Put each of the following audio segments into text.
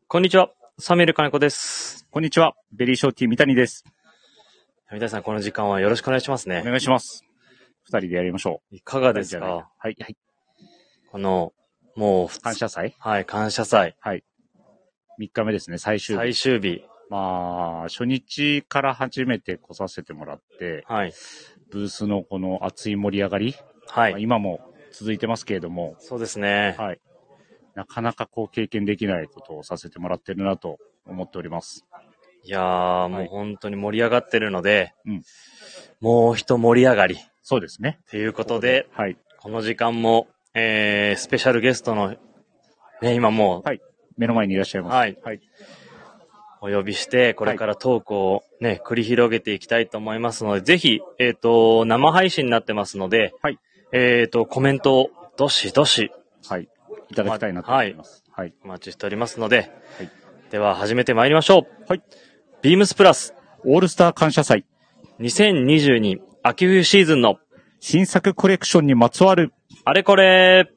こんにちは、サミュエル金子です。 こんにちは、ベリーショーティー三谷です。 三谷さん、この時間はよろしくお願いしますね。 お願いします。二人でやりましょう。いかがですか？ はい。 この、もう、 感謝祭？ はい、感謝祭。 はい。3日目ですね、最終日。 最終日。 まあ、初日から初めて来させてもらって、 はい。 ブースのこの熱い盛り上がり。 はい。 今も続いてますけれども。 そうですね。 はい。なかなか経験できないことをさせてもらってるなと思っております。 いやー、もう本当に盛り上がってるので、 うん。 もう一盛り上がり。 そうですね。 ということで、 はい。 この時間も、スペシャルゲストの、ね、今もう、 はい。目の前にいらっしゃいます。 はい。はい。お呼びして、これからトークをね、繰り広げていきたいと思いますので、ぜひ、生配信になってますので、 はい。 コメントをどしどし、 はい。いただきたいなと思います。 はい。お待ちしておりますので、 はい。 では始めてまいりましょう。 はい。 ビームスプラスオールスター感謝祭 2022秋冬シーズンの新作コレクションにまつわるあれこれ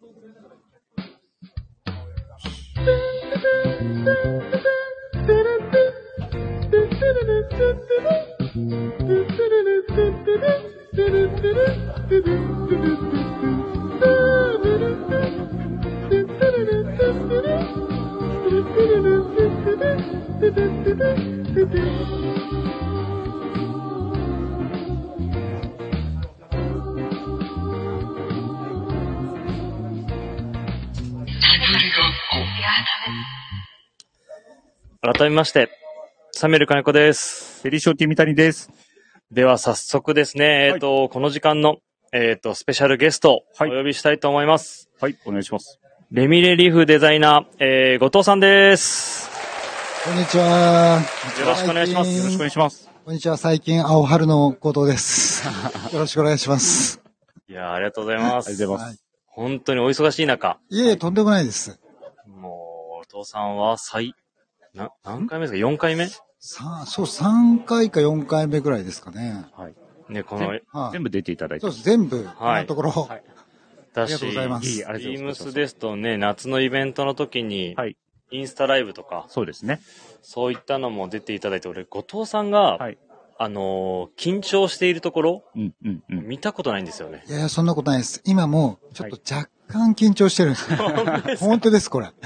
改めまして、サミュエル金子です。 ベリーショーティー三谷です。 では早速ですね、この時間の、スペシャルゲストをお呼びしたいと思います。 はい、お願いします。 レミレリーフデザイナー、後藤さんです。 こんにちは。 よろしくお願いします。 よろしくお願いします。 こんにちは。最近、青春の後藤です。よろしくお願いします。 いや、ありがとうございます。 ありがとうございます。 本当にお忙しい中。 いえ、とんでもないです。 もう、後藤さんは何回目ですか ?4 回目そう、3回か4回目ぐらいですかね。 はい。 ね、 全部出ていただいて。 そうです、全部、今のところ。はい。 ありがとうございます。 ビームスですとね、夏のイベントの時に、はい。インスタライブとか、 そうですね。 そういったのも出ていただいて、俺、後藤さんが、はい。緊張しているところ、見たことないんですよね。 いや、そんなことないです。今も、ちょっと若干緊張してるんですよ。本当です、これ。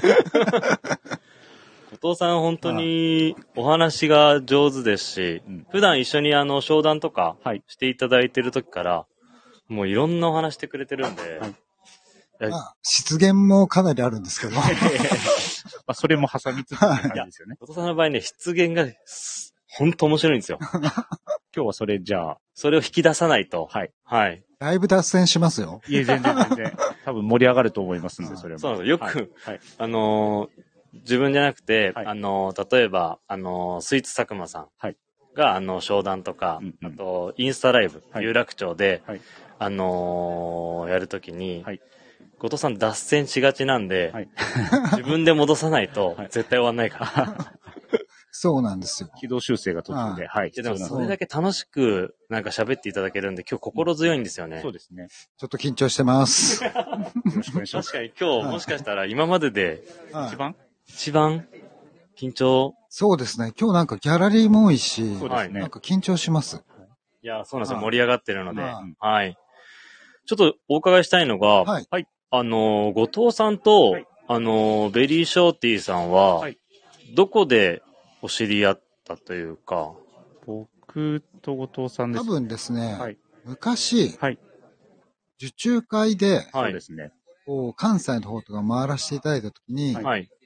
後藤さん本当にお話が上手ですし、普段一緒に商談とかしていただいてる時から、もういろんなお話してくれてるんで、 まあ、失言もかなりあるんですけど。 それも挟みつつって感じですよね。 後藤さんの場合ね、失言が本当面白いんですよ。 今日はそれじゃあ。 それを引き出さないと。 はい。 はい。だいぶ脱線しますよ。 いえ、全然。多分盛り上がると思いますんで、それも。 そうなんですよ。よく、自分じゃなくて、例えば、スイーツ佐久間さんが、商談とか、あと、インスタライブ、有楽町で、やるときに、後藤さん脱線しがちなんで、自分で戻さないと絶対終わんないから。 そうなんですよ。 軌道修正が途中で。はい。 でもそれだけ楽しくなんか喋っていただけるんで、今日心強いんですよね。 そうですね。 ちょっと緊張してます。よろしくお願いします。 確かに今日もしかしたら今までで一番緊張。 そうですね。今日なんかギャラリーも多いし、 そうですね。 なんか緊張します。 いや、そうなんですよ。盛り上がってるので。はい。ちょっとお伺いしたいのが、はい。後藤さんと、ベリーショーティーさんは、どこでお知り合ったというか。 僕と後藤さんです。 多分ですね、昔、受注会で、 そうですね。 関西の方とか回らせていただいたときに、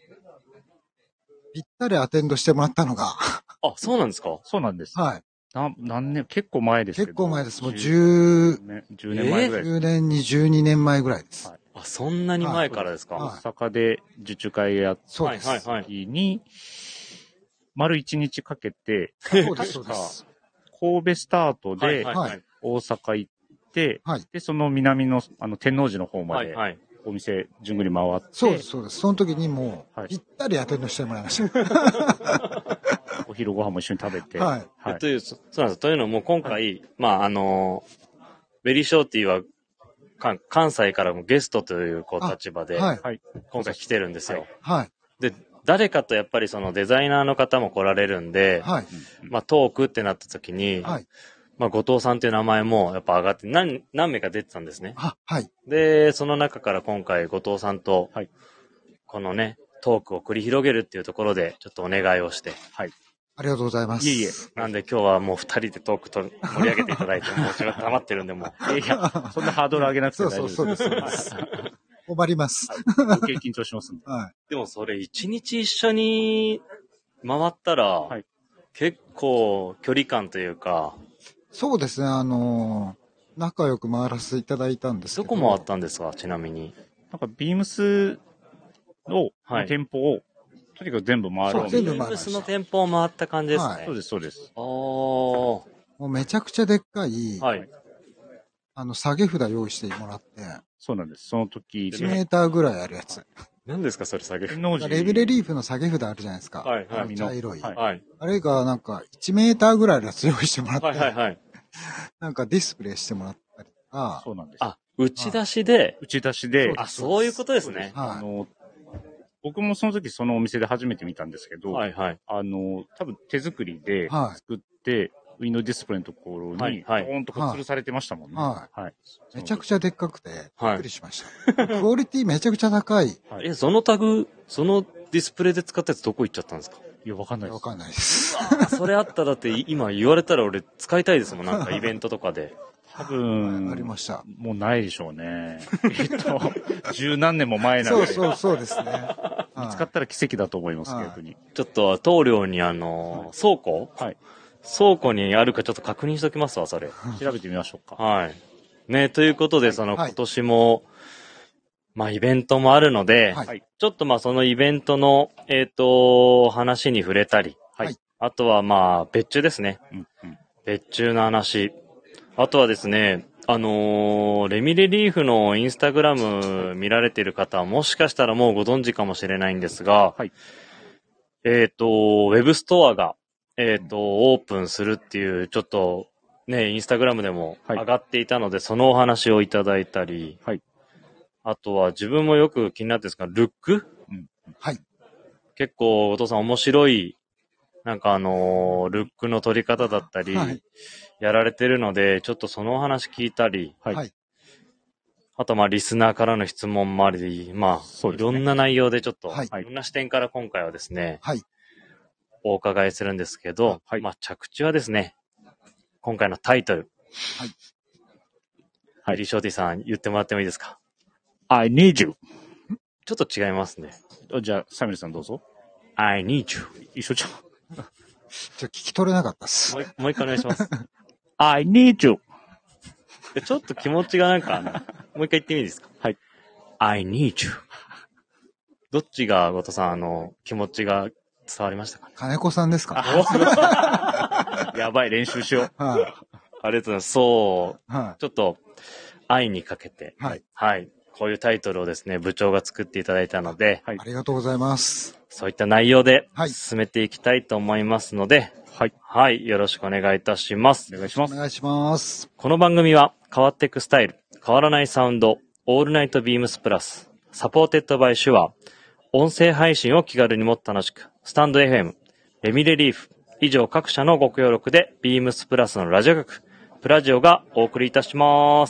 ぴったりアテンドしてもらったのが。 あ、そうなんですか？ そうなんです。 はい。 何年、結構前ですけど。 結構前です。もう10 年前ぐらいです。 10年、12年前ぐらいです。 あ、そんなに前からですか？ 大阪で受注会やった時に、丸1日かけて、 そうです、そうです。 神戸スタートで、大阪行って、で、その南の、天王寺の方まで、お店、順繰り回って。 そうです、そうです。その時にもう、ぴったりアテンドしてもらいました。 お昼ご飯も一緒に食べて。 そうなんです。というのも今回、ベリーショーティーは、関西からもゲストという立場で、今回来てるんですよ。で、 誰かとやっぱりそのデザイナーの方も来られるんで、 はい。 まあトークってなった時に、 はい。 まあ後藤さんっていう名前もやっぱ上がって何名か出てたんですね。 はい。 で、その中から今回後藤さんと、 はい、 このね、トークを繰り広げるっていうところで、ちょっとお願いをして。 はい。 ありがとうございます。 いえいえ。 なんで今日はもう2人でトークと盛り上げていただいて、もうちょっと溜まってるんで、もう。 いや、そんなハードル上げなくて大丈夫です。 そうです。困ります。 余計緊張しますんで。 はい。でもそれ1日一緒に回ったら、はい、結構距離感というか。 そうですね、仲良く回らせていただいたんですけど。 どこ回ったんですか、ちなみに。 なんかビームスの店舗を、とにかく全部回ろうみたいな。 ビームスの店舗を回った感じですね。 はい、そうです、そうです。 もうめちゃくちゃでっかい、 はい、 下げ札用意してもらって。 そうなんです。その時。 1メーターぐらいあるやつ。 何ですか、それ下げ札。 レビレリーフの下げ札あるじゃないですか。 はい、はい。 茶色い。 はい。 あれがなんか1メーターぐらいのやつ用意してもらって。 はい、はい、はい。 なんかディスプレイしてもらったりとか。 そうなんです。 打ち出しで。 打ち出しで。 そういうことですね。 はい。 僕もその時そのお店で初めて見たんですけど、 はいはい。 多分手作りで作って、ウィンドウディスプレイのところに、ポーンと吊るされてましたもんね。 はい。はい。めちゃくちゃでっかくて、びっくりしました。クオリティめちゃくちゃ高い。 そのタグ、そのディスプレイで使ったやつどこ行っちゃったんですか？ いや、わかんないです。 わかんないです。 それあったらって今言われたら俺使いたいですもん、なんかイベントとかで。 多分、 ありました。 もうないでしょうね。十何年も前なんで。 そうですね。 見つかったら奇跡だと思います、逆に。 ちょっと、棟梁に倉庫はい。 倉庫にあるかちょっと確認しときますわ、それ。 調べてみましょうか。 はい。ね、ということで、今年も、まあ、イベントもあるので、ちょっとまあ、そのイベントの、話に触れたり、あとはまあ、別注ですね。別注の話。あとはですね、レミレリーフのインスタグラム見られている方はもしかしたらもうご存知かもしれないんですが、ウェブストアが、オープンするっていう、ちょっと、ね、インスタグラムでも上がっていたので、そのお話をいただいたり、あとは自分もよく気になってるんですが、ルック、結構お父さん面白い、なんかルックの取り方だったり、やられてるので、ちょっとそのお話聞いたり、あとまあリスナーからの質問もあり、まあ、いろんな内容でちょっと、いろんな視点から今回はですね、お伺いするんですけど、まあ着地はですね、今回のタイトル。リショーティさん言ってもらってもいいですか？ I need you. ちょっと違いますね。 じゃあ、サミルさんどうぞ。 I need you. 一緒じゃん。 聞き取れなかったっす。 もう一回お願いします。 I need you. ちょっと気持ちがなんか、もう一回言ってみいいですか？ はい。 I need you. どっちが、後藤さん、気持ちが伝わりましたかね？ 金子さんですか？ やばい、練習しよう。 ありがとうございます。そう、ちょっと、愛にかけて、こういうタイトルをですね、部長が作っていただいたので、 ありがとうございます。 そういった内容で進めていきたいと思いますので、よろしくお願いいたします。 お願いします。 お願いします。 この番組は変わっていくスタイル、変わらないサウンド、オールナイトビームスプラス、サポーテッドバイシュア、音声配信を気軽にもっと楽しく、スタンド FM、レミレリーフ、以上各社のご協力でビームスプラスのラジオ局、プラジオがお送りいたします。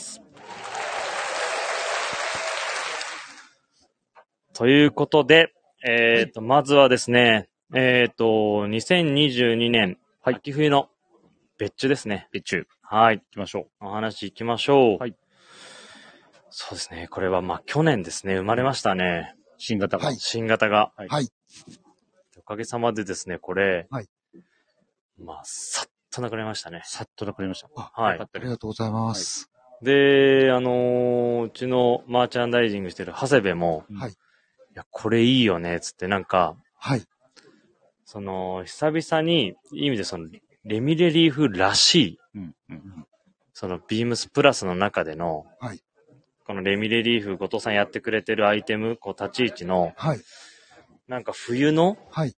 ということで、まずはですね、2022年、秋冬の別注ですね。 別注。 はい。 行きましょう。お話行きましょう。そうですね。これはまあ去年ですね、生まれましたね。 新型が。 新型が。 はい。 おかげさまでですね、これ。まあ、さっとなくなりましたね。 さっとなくなりました。 ありがとうございます。 で、うちのマーチャンダイジングしてる長谷部も、いや、これいいよね、つってなんか、久々に、いい意味でレミレリーフらしい、ビームスプラスの中での、このレミレリーフ、後藤さんやってくれてるアイテム、立ち位置の、なんか冬の、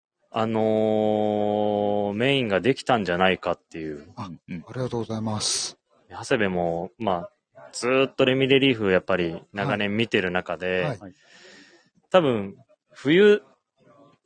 メインができたんじゃないかっていう。 ありがとうございます。 長谷部も、まあ、ずーっとレミレリーフやっぱり長年見てる中で、多分、冬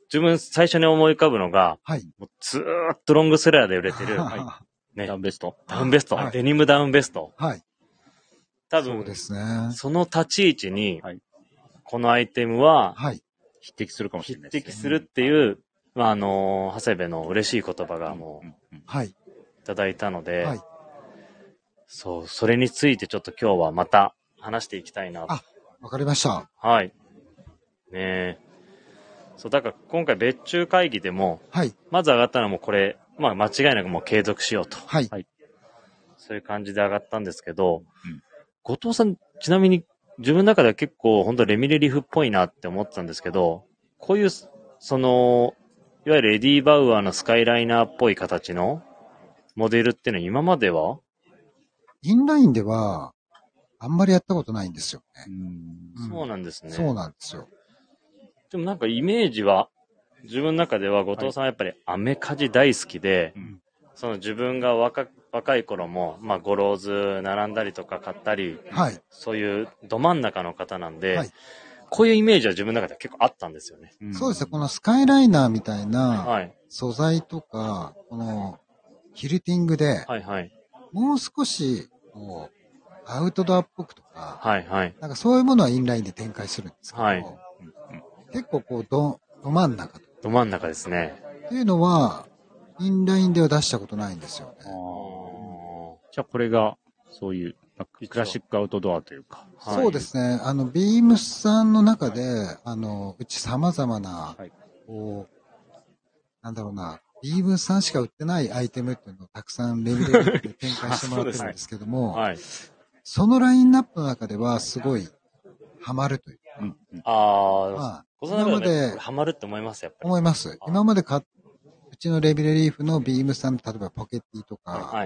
自分最初に思い浮かぶのが、もうずーっとロングセラーで売れてる、 ダウンベスト。 デニムダウンベスト。多分、 そうですね。 その立ち位置に、このアイテムは、 匹敵するかもしれないですね。匹敵するっていう、長谷部の嬉しい言葉がもう、いただいたので、そう、それについてちょっと今日はまた話していきたいな。 わかりました。 はい。ねそう、だから今回別注会議でも、まず上がったのはもうこれ、間違いなくもう継続しようと。そういう感じで上がったんですけど、後藤さん、ちなみに自分の中では結構本当レミレリーフっぽいなって思ってたんですけど、こういう、いわゆるエディ・バウアーのスカイライナーっぽい形のモデルっていうのは今まではインラインでは、あんまりやったことないんですよね。 そうなんですね。 そうなんですよ。 でもなんかイメージは、自分の中では後藤さんはやっぱりアメカジ大好きで、その自分が若い頃も、ゴローズ並んだりとか買ったり、そういうど真ん中の方なんで、こういうイメージは自分の中では結構あったんですよね。 そうですね。このスカイライナーみたいな素材とか、このキルティングで、もう少しこうアウトドアっぽくとか、なんかそういうものはインラインで展開するんですけど、結構こうど真ん中。 ど真ん中ですね。 っていうのは、インラインでは出したことないんですよね。 じゃあこれが、そういう、クラシックアウトドアというか。 そうですね。ビームスさんの中で、うち様々な、こう、なんだろうな、ビームスさんしか売ってないアイテムっていうのをたくさんレベルで展開してもらってるんですけども、そのラインナップの中ではすごいハマるという。 今までハマるって思いますやっぱり。 思います。今までうちのレビレリーフのビームスさんの例えばポケティとか、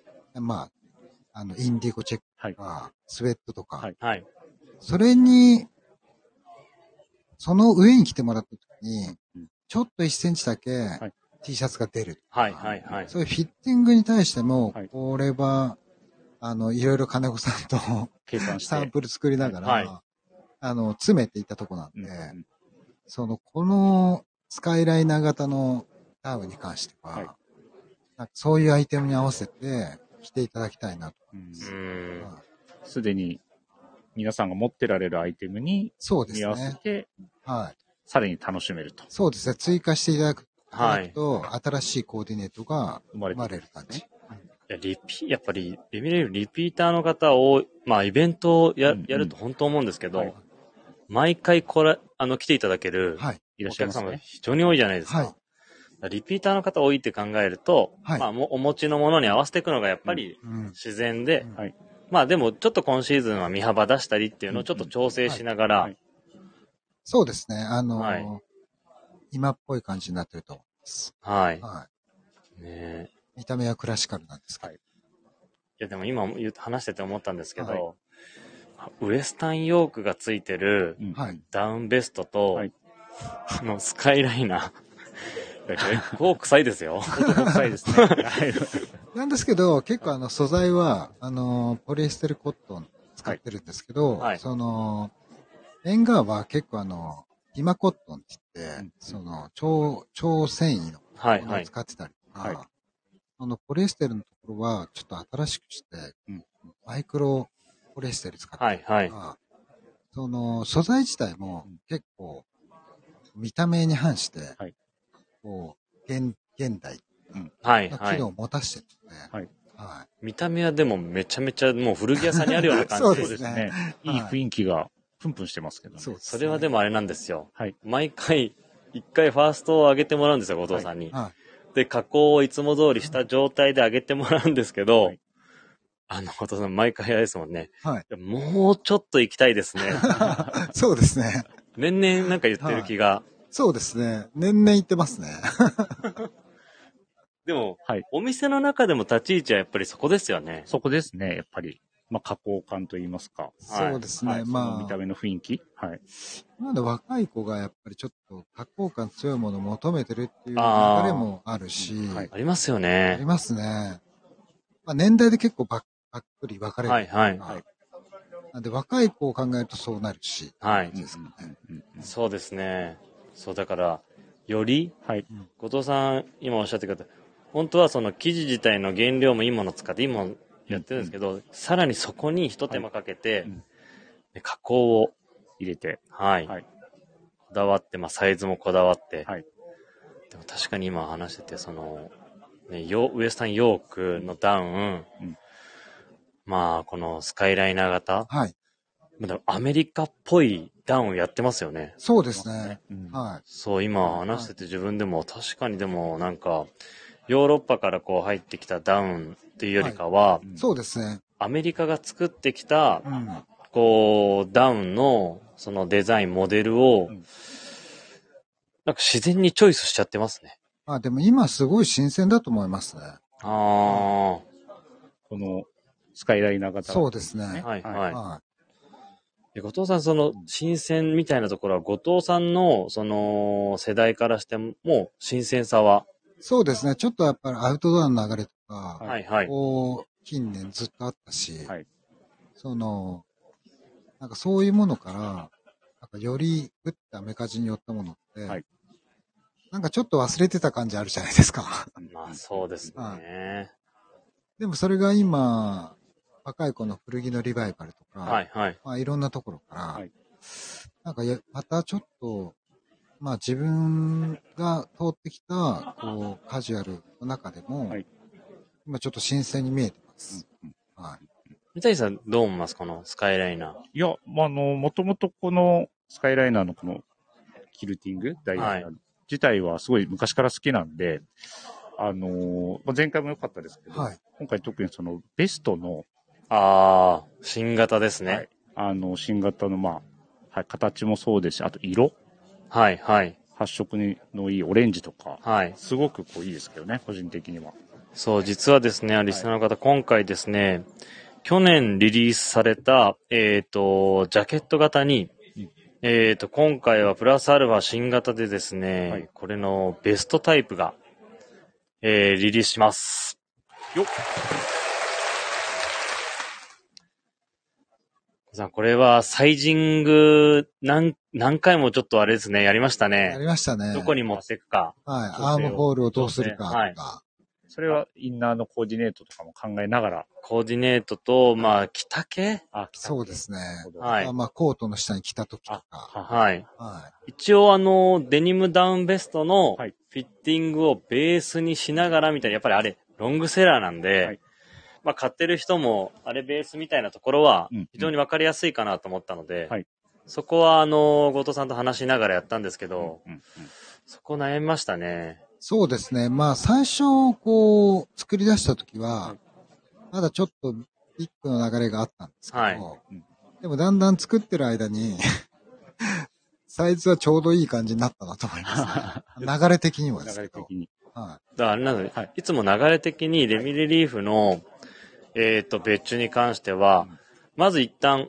インディゴチェックとか、スウェットとか、それに、その上に来てもらった時に、ちょっと1センチだけ T シャツが出る。そういうフィッティングに対しても、これは、いろいろ金子さんとサンプル作りながら、詰めていったとこなんで、このスカイライナー型のダウンに関しては、そういうアイテムに合わせて着ていただきたいなと思います。 すでに皆さんが持ってられるアイテムに見合わせて、さらに楽しめると。 そうですね。追加していただくと、新しいコーディネートが生まれる感じ。 やっぱり、リピーターの方を、イベントをやると本当思うんですけど、毎回来ていただけるお客様が非常に多いじゃないですか。リピーターの方多いって考えると、お持ちのものに合わせていくのがやっぱり自然で、でもちょっと今シーズンは身幅出したりっていうのをちょっと調整しながら。 そうですね。今っぽい感じになってると思います。見た目はクラシカルなんですけど。いやでも今話してて思ったんですけど、ウエスタンヨークがついてるダウンベストと、スカイライナー。結構臭いですよ。 臭いですね。 なんですけど、結構素材は、ポリエステルコットン使ってるんですけど、エンガーは結構ヒマコットンって言って、超繊維のものを使ってたりとか、ポリエステルのところはちょっと新しくして、マイクロポリエステル使ってたりとか、素材自体も結構見た目に反して、こう、現代の機能を持たせてるので、 見た目はでもめちゃめちゃもう古着屋さんにあるような感じですね。 いい雰囲気がプンプンしてますけどね。 それはでもあれなんですよ。毎回、一回ファーストを上げてもらうんですよ、後藤さんに。で、加工をいつも通りした状態で上げてもらうんですけど、後藤さん毎回あれですもんね。もうちょっと行きたいですね。 そうですね。 年々なんか言ってる気が。 そうですね。年々言ってますね。 でも、お店の中でも立ち位置はやっぱりそこですよね。 そこですね、やっぱり。加工感といいますか。 そうですね。 見た目の雰囲気。 なので若い子がやっぱりちょっと加工感強いものを求めてるっていう流れもあるし。 ありますよね。 ありますね。年代で結構ばっくり分かれる。なんで若い子を考えるとそうなるし。 そうですね。そうだから、 より、はい、後藤さん今おっしゃってくれた、本当はその生地自体の原料もいいものを使っていいものやってるんですけど、さらにそこに一手間かけて、加工を入れて、はい。こだわって、サイズもこだわって。はい。でも確かに今話してて、その、ね、ウエスタンヨークのダウン、このスカイライナー型。はい。アメリカっぽいダウンやってますよね。 そうですね。 はい。そう、今話してて自分でも確かにでもなんか、ヨーロッパからこう入ってきたダウンっていうよりかは、 そうですね。 アメリカが作ってきた、こう、ダウンの、そのデザイン、モデルを、なんか自然にチョイスしちゃってますね。 でも今すごい新鮮だと思いますね。 この、スカイライナー型。 そうですね。はい、はい。 後藤さん、その、新鮮みたいなところは、後藤さんの、その、世代からしても、新鮮さはそうですね。ちょっとやっぱりアウトドアの流れとか、はいはい。こう、近年ずっとあったし、はい。その、なんかそういうものから、なんかより打ってアメカジに寄ったものって、はい。なんかちょっと忘れてた感じあるじゃないですか。 そうですね。 でもそれが今、若い子の古着のリバイバルとか、はいはい。いろんなところから、はい。なんかまたちょっと、自分が通ってきた、こう、カジュアルの中でも、はい、今ちょっと新鮮に見えてます。 はい。三谷さんどう思いますこのスカイライナー。 いや、もともとこのスカイライナーのこのキルティングダイヤ自体はすごい昔から好きなんで、前回も良かったですけど、はい、今回特にそのベストの、 新型ですね。 はい、新型のはい、形もそうですし、あと色。 はいはい。 発色のいいオレンジとか、はい、すごくこういいですけどね、個人的には。 そう、実はですね、リスナーの方、はい、今回ですね、去年リリースされた、ジャケット型に、今回はプラスアルファ新型でですね、はい、これのベストタイプが、リリースします。よっ。さん、これはサイジング何回もちょっとあれですね、やりましたね。 やりましたね。 どこに持っていくか。 はい。アームホールをどうするかとか。はい。 それはインナーのコーディネートとかも考えながら。 コーディネートと、着丈？ そうですね。はい。コートの下に着た時とか。 はい。はい。一応デニムダウンベストのフィッティングをベースにしながらみたいな、やっぱりあれ、ロングセラーなんで、はい、買ってる人も、あれベースみたいなところは、非常にわかりやすいかなと思ったので、はい、そこは後藤さんと話しながらやったんですけど、そこ悩みましたね。 そうですね。最初、こう、作り出した時は、まだちょっとビッグの流れがあったんですけど、はい、でもだんだん作ってる間に、サイズはちょうどいい感じになったなと思いますね。流れ的にはですけど。流れ的に。 はい。だからあれなので、はい、いつも流れ的にレミレリーフの、別注に関しては、まず一旦、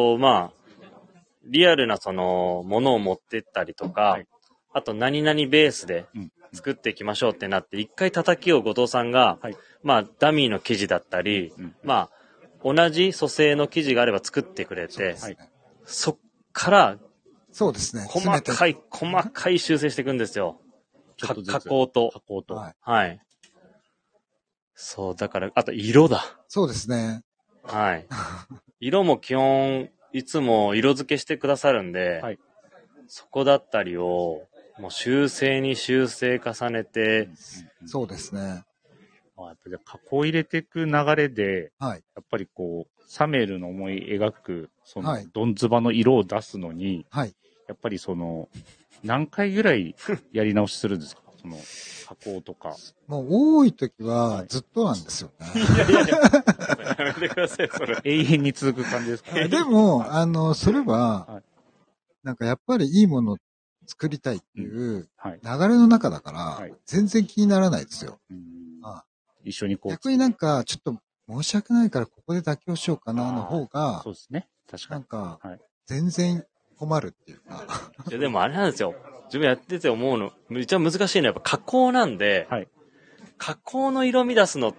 リアルなその、ものを持ってったりとか、はい、あと何々ベースで作っていきましょうってなって、一回叩きを後藤さんが、はい、ダミーの生地だったり、同じ組成の生地があれば作ってくれて、そっから、 そうですね。 細かい修正していくんですよ。加工と。はい。そう、だから、あと色だ。 そうですね。 はい。色も基本、いつも色付けしてくださるんで、はい、そこだったりを、もう修正に修正重ねて、 そうですね。 やっぱり加工入れていく流れで、はい、やっぱりこう、サメルの思い描く、その、ドンズバの色を出すのに、はい、やっぱりその、何回ぐらいやり直しするんですかその、加工とか。 もう多い時はずっとなんですよね。 やめてください、それ。 永遠に続く感じですかでも、それは、なんかやっぱりいいものを作りたいっていう流れの中だから、全然気にならないですよ。 一緒にこう。 逆になんか、ちょっと申し訳ないからここで妥協しようかなの方が、 そうですね。確かに。 なんか、全然困るっていうか。 いやでもあれなんですよ。自分やってて思うの、一番難しいのはやっぱ加工なんで、はい、加工の色味出すのって、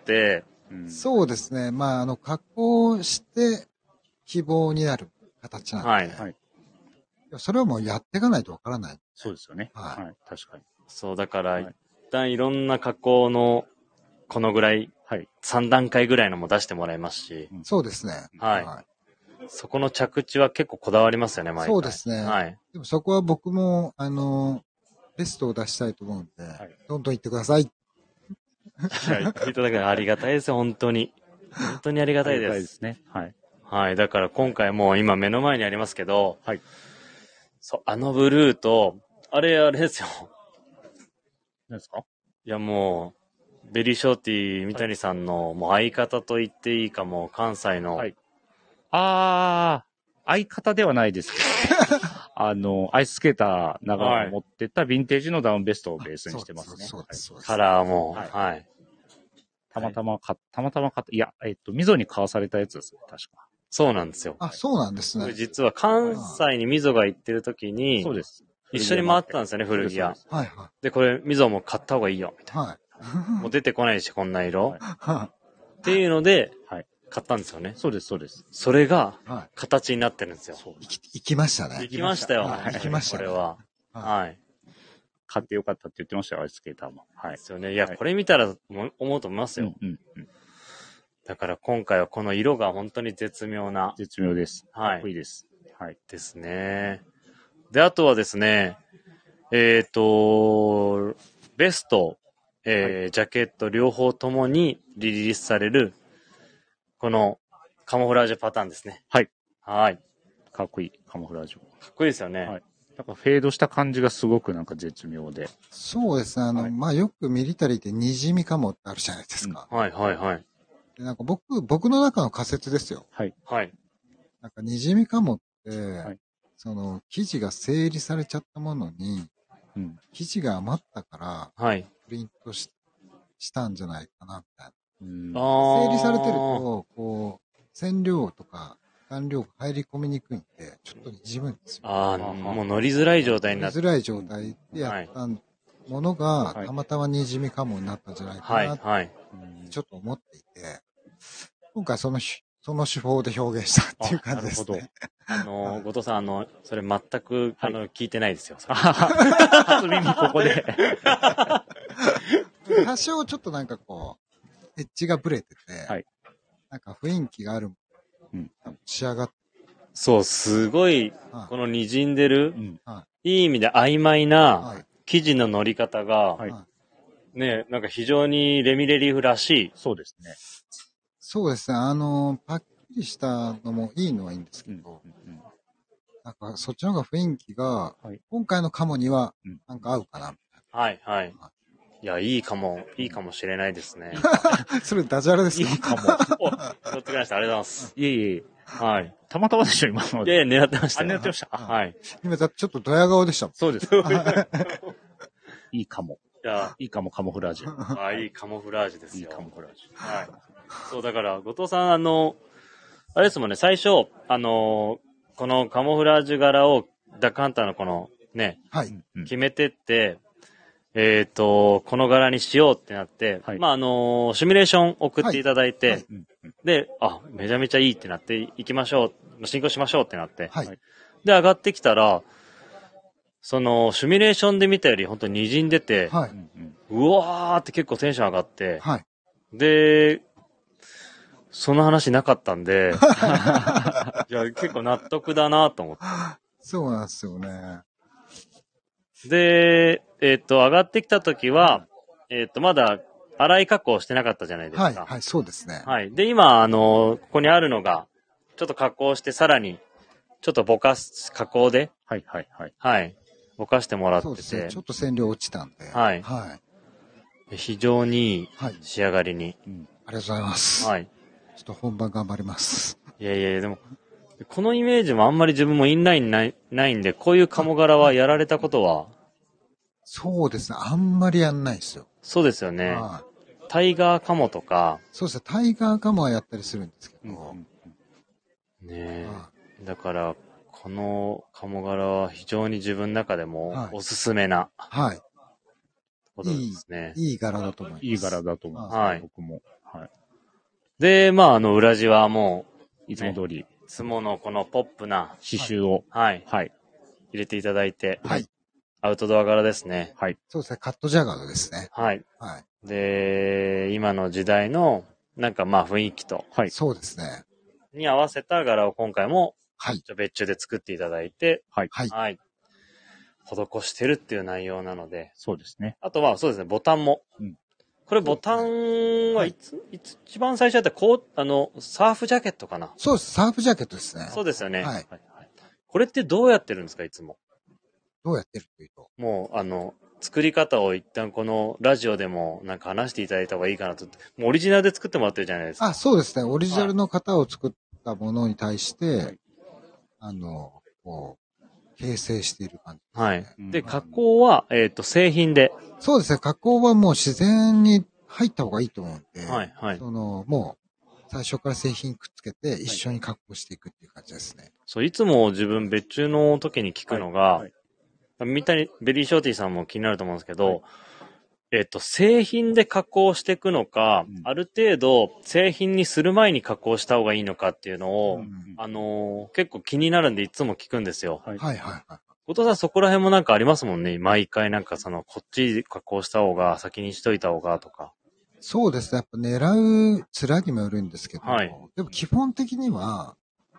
そうですね。加工して希望になる形なんで、はいはい、それはもうやっていかないとわからない。 そうですよね。はい。確かに。 そう、だから、一旦いろんな加工の、このぐらい、3段階ぐらいのも出してもらいますし。 そうですね。 はい。そこの着地は結構こだわりますよね、毎回。 そうですね。はい。でもそこは僕も、ベストを出したいと思うんで、どんどん言ってください。いや、言っていただけありがたいですよ、本当に。本当にありがたいです。ありがたいですね。はい。はい。だから今回も今目の前にありますけど、はい。そう、ブルーと、あれですよ。 何ですか？ いや、もう、ベリーショーティー三谷さんの、もう相方と言っていいかも、関西の。はい。 相方ではないですけど、アイススケーター長が持ってったヴィンテージのダウンベストをベースにしてますね。 そうです。 カラーも、はい。 たまたま買った、いや、溝に買わされたやつですね、確か。 そうなんですよ。 あ、そうなんですね。 実は関西に溝が行ってる時に、そうです。一緒に回ってたんですよね、古着屋。はいはい。で、これ、溝も買った方がいいよ、みたいな。はい。もう出てこないし、こんな色。はい。っていうので、はい。買ったんですよね。 そうです、そうです。 それが、形になってるんですよ。 行きましたね。 行きましたよ。 行きました。 これは。はい。 買ってよかったって言ってましたよ、アイススケーターも。はい。 ですよね。いや、これ見たら思うと思いますよ。だから今回はこの色が本当に絶妙な。 絶妙です。 はい。 かっこいいです。はい。 ですね。で、あとはですね、ベスト、ジャケット両方ともにリリースされる、このカモフラージュパターンですね。 はい。 はい。 かっこいい、カモフラージュ。 かっこいいですよね。はい。 なんかフェードした感じがすごくなんか絶妙で。 そうですね。まあ、よくミリタリーって滲みカモってあるじゃないですか。 はいはいはい。 でなんか僕の中の仮説ですよ。 はい。 はい。 なんか滲みカモって、その生地が整理されちゃったものに、生地が余ったから、プリントしたんじゃないかな、みたいな。整理されてると、こう、染料とか顔料が入り込みにくいんで、ちょっと滲むんですよ。 もう乗りづらい状態になって。 乗りづらい状態でやったものが、たまたま滲みカモになったんじゃないかな、ちょっと思っていて、今回その手法で表現したっていう感じですね。 後藤さん、それ全く、聞いてないですよ。 初耳ここで。 多少ちょっとなんかこう、エッジがブレてて、なんか雰囲気がある、仕上がって。 そう、すごい、この滲んでる、いい意味で曖昧な生地の乗り方が、ね、なんか非常にレミレリーフらしい。 そうですね。 そうですね。パッキリしたのもいいのはいいんですけど、なんかそっちの方が雰囲気が、今回のカモにはなんか合うかな。 はいはい。いや、いいかもしれないですね。 それダジャレですか？ いいかも。 乗ってきました。ありがとうございます。 いえいえ。 はい。 たまたまでしょ、今ので。 いやいや、狙ってました。 狙ってました。 はい。 今、ちょっとドヤ顔でしたもん。 そうです。いいかも。いいかも、カモフラージュ。 いいカモフラージュですよ。 いいカモフラージュ。 はい。そう、だから、後藤さん、あれですもんね、最初、このカモフラージュ柄を、ダックハンターのこの、ね、決めてって、この柄にしようってなって、まあ、シミュレーション送っていただいて、で、めちゃめちゃいいってなって、行きましょう、進行しましょうってなって、で、上がってきたら、その、シミュレーションで見たより本当に滲んでて、うわーって結構テンション上がって、で、その話なかったんで、いや、結構納得だなと思って。 そうなんですよね。 で、上がってきた時は、まだ、粗い加工してなかったじゃないですか。 はい、そうですね。 はい。で、今、ここにあるのが、ちょっと加工して、さらに、ちょっと加工で、はい。ぼかしてもらってて。そうですね。 ちょっと染料落ちたんで。 はい。非常にいい仕上がりに。 ありがとうございます。はい。ちょっと本番頑張ります。 いや、でも、このイメージもあんまり自分もインラインないんで、こういう鴨柄はやられたことは？ そうですね。あんまりやんないですよ。 そうですよね。タイガーカモとか。 そうですね。タイガーカモはやったりするんですけど。 ねえ。だから、この鴨柄は非常に自分の中でもおすすめな。ことですね。 いい柄だと思います。 いい柄だと思います。はい。僕も。はい。 で、まあ、裏地はもう、いつも通り。 いつものこのポップな刺繍を。 はい。入れていただいて。 アウトドア柄ですね。 はい。そうですね、カットジャガードですね。 はい。はい。で、今の時代の、なんかまあ雰囲気と。 はい。そうですね。 に合わせた柄を今回も、はい。別注で作っていただいて、はい。はい。施してるっていう内容なので。 そうですね。 あとは、そうですね、ボタンも。うん。これボタンは一番最初やったサーフジャケットかな。 そうです、サーフジャケットですね。 そうですよね。はい。これってどうやってるんですか、いつも。 どうやってるっていうと。 もう、作り方を一旦このラジオでもなんか話していただいた方がいいかなと。もうオリジナルで作ってもらってるじゃないですか。 あ、そうですね。オリジナルの型を作ったものに対して、はい、こう、形成している感じですね。 はい。で、加工は、製品で。 そうですね。加工はもう自然に入った方がいいと思うんで、 はいはい。 もう、最初から製品くっつけて一緒に加工していくっていう感じですね。はい、 そう、いつも自分別注の時に聞くのが、はいはいみたいに、ベリーショーティーさんも気になると思うんですけど、はい、製品で加工していくのか、うん、ある程度製品にする前に加工した方がいいのかっていうのを、結構気になるんでいつも聞くんですよ。 はいはいはい。 後藤さんそこら辺もなんかありますもんね。毎回なんかこっち加工した方が先にしといた方がとか。 そうですね。やっぱ狙う面にもよるんですけど、はい、でも基本的には、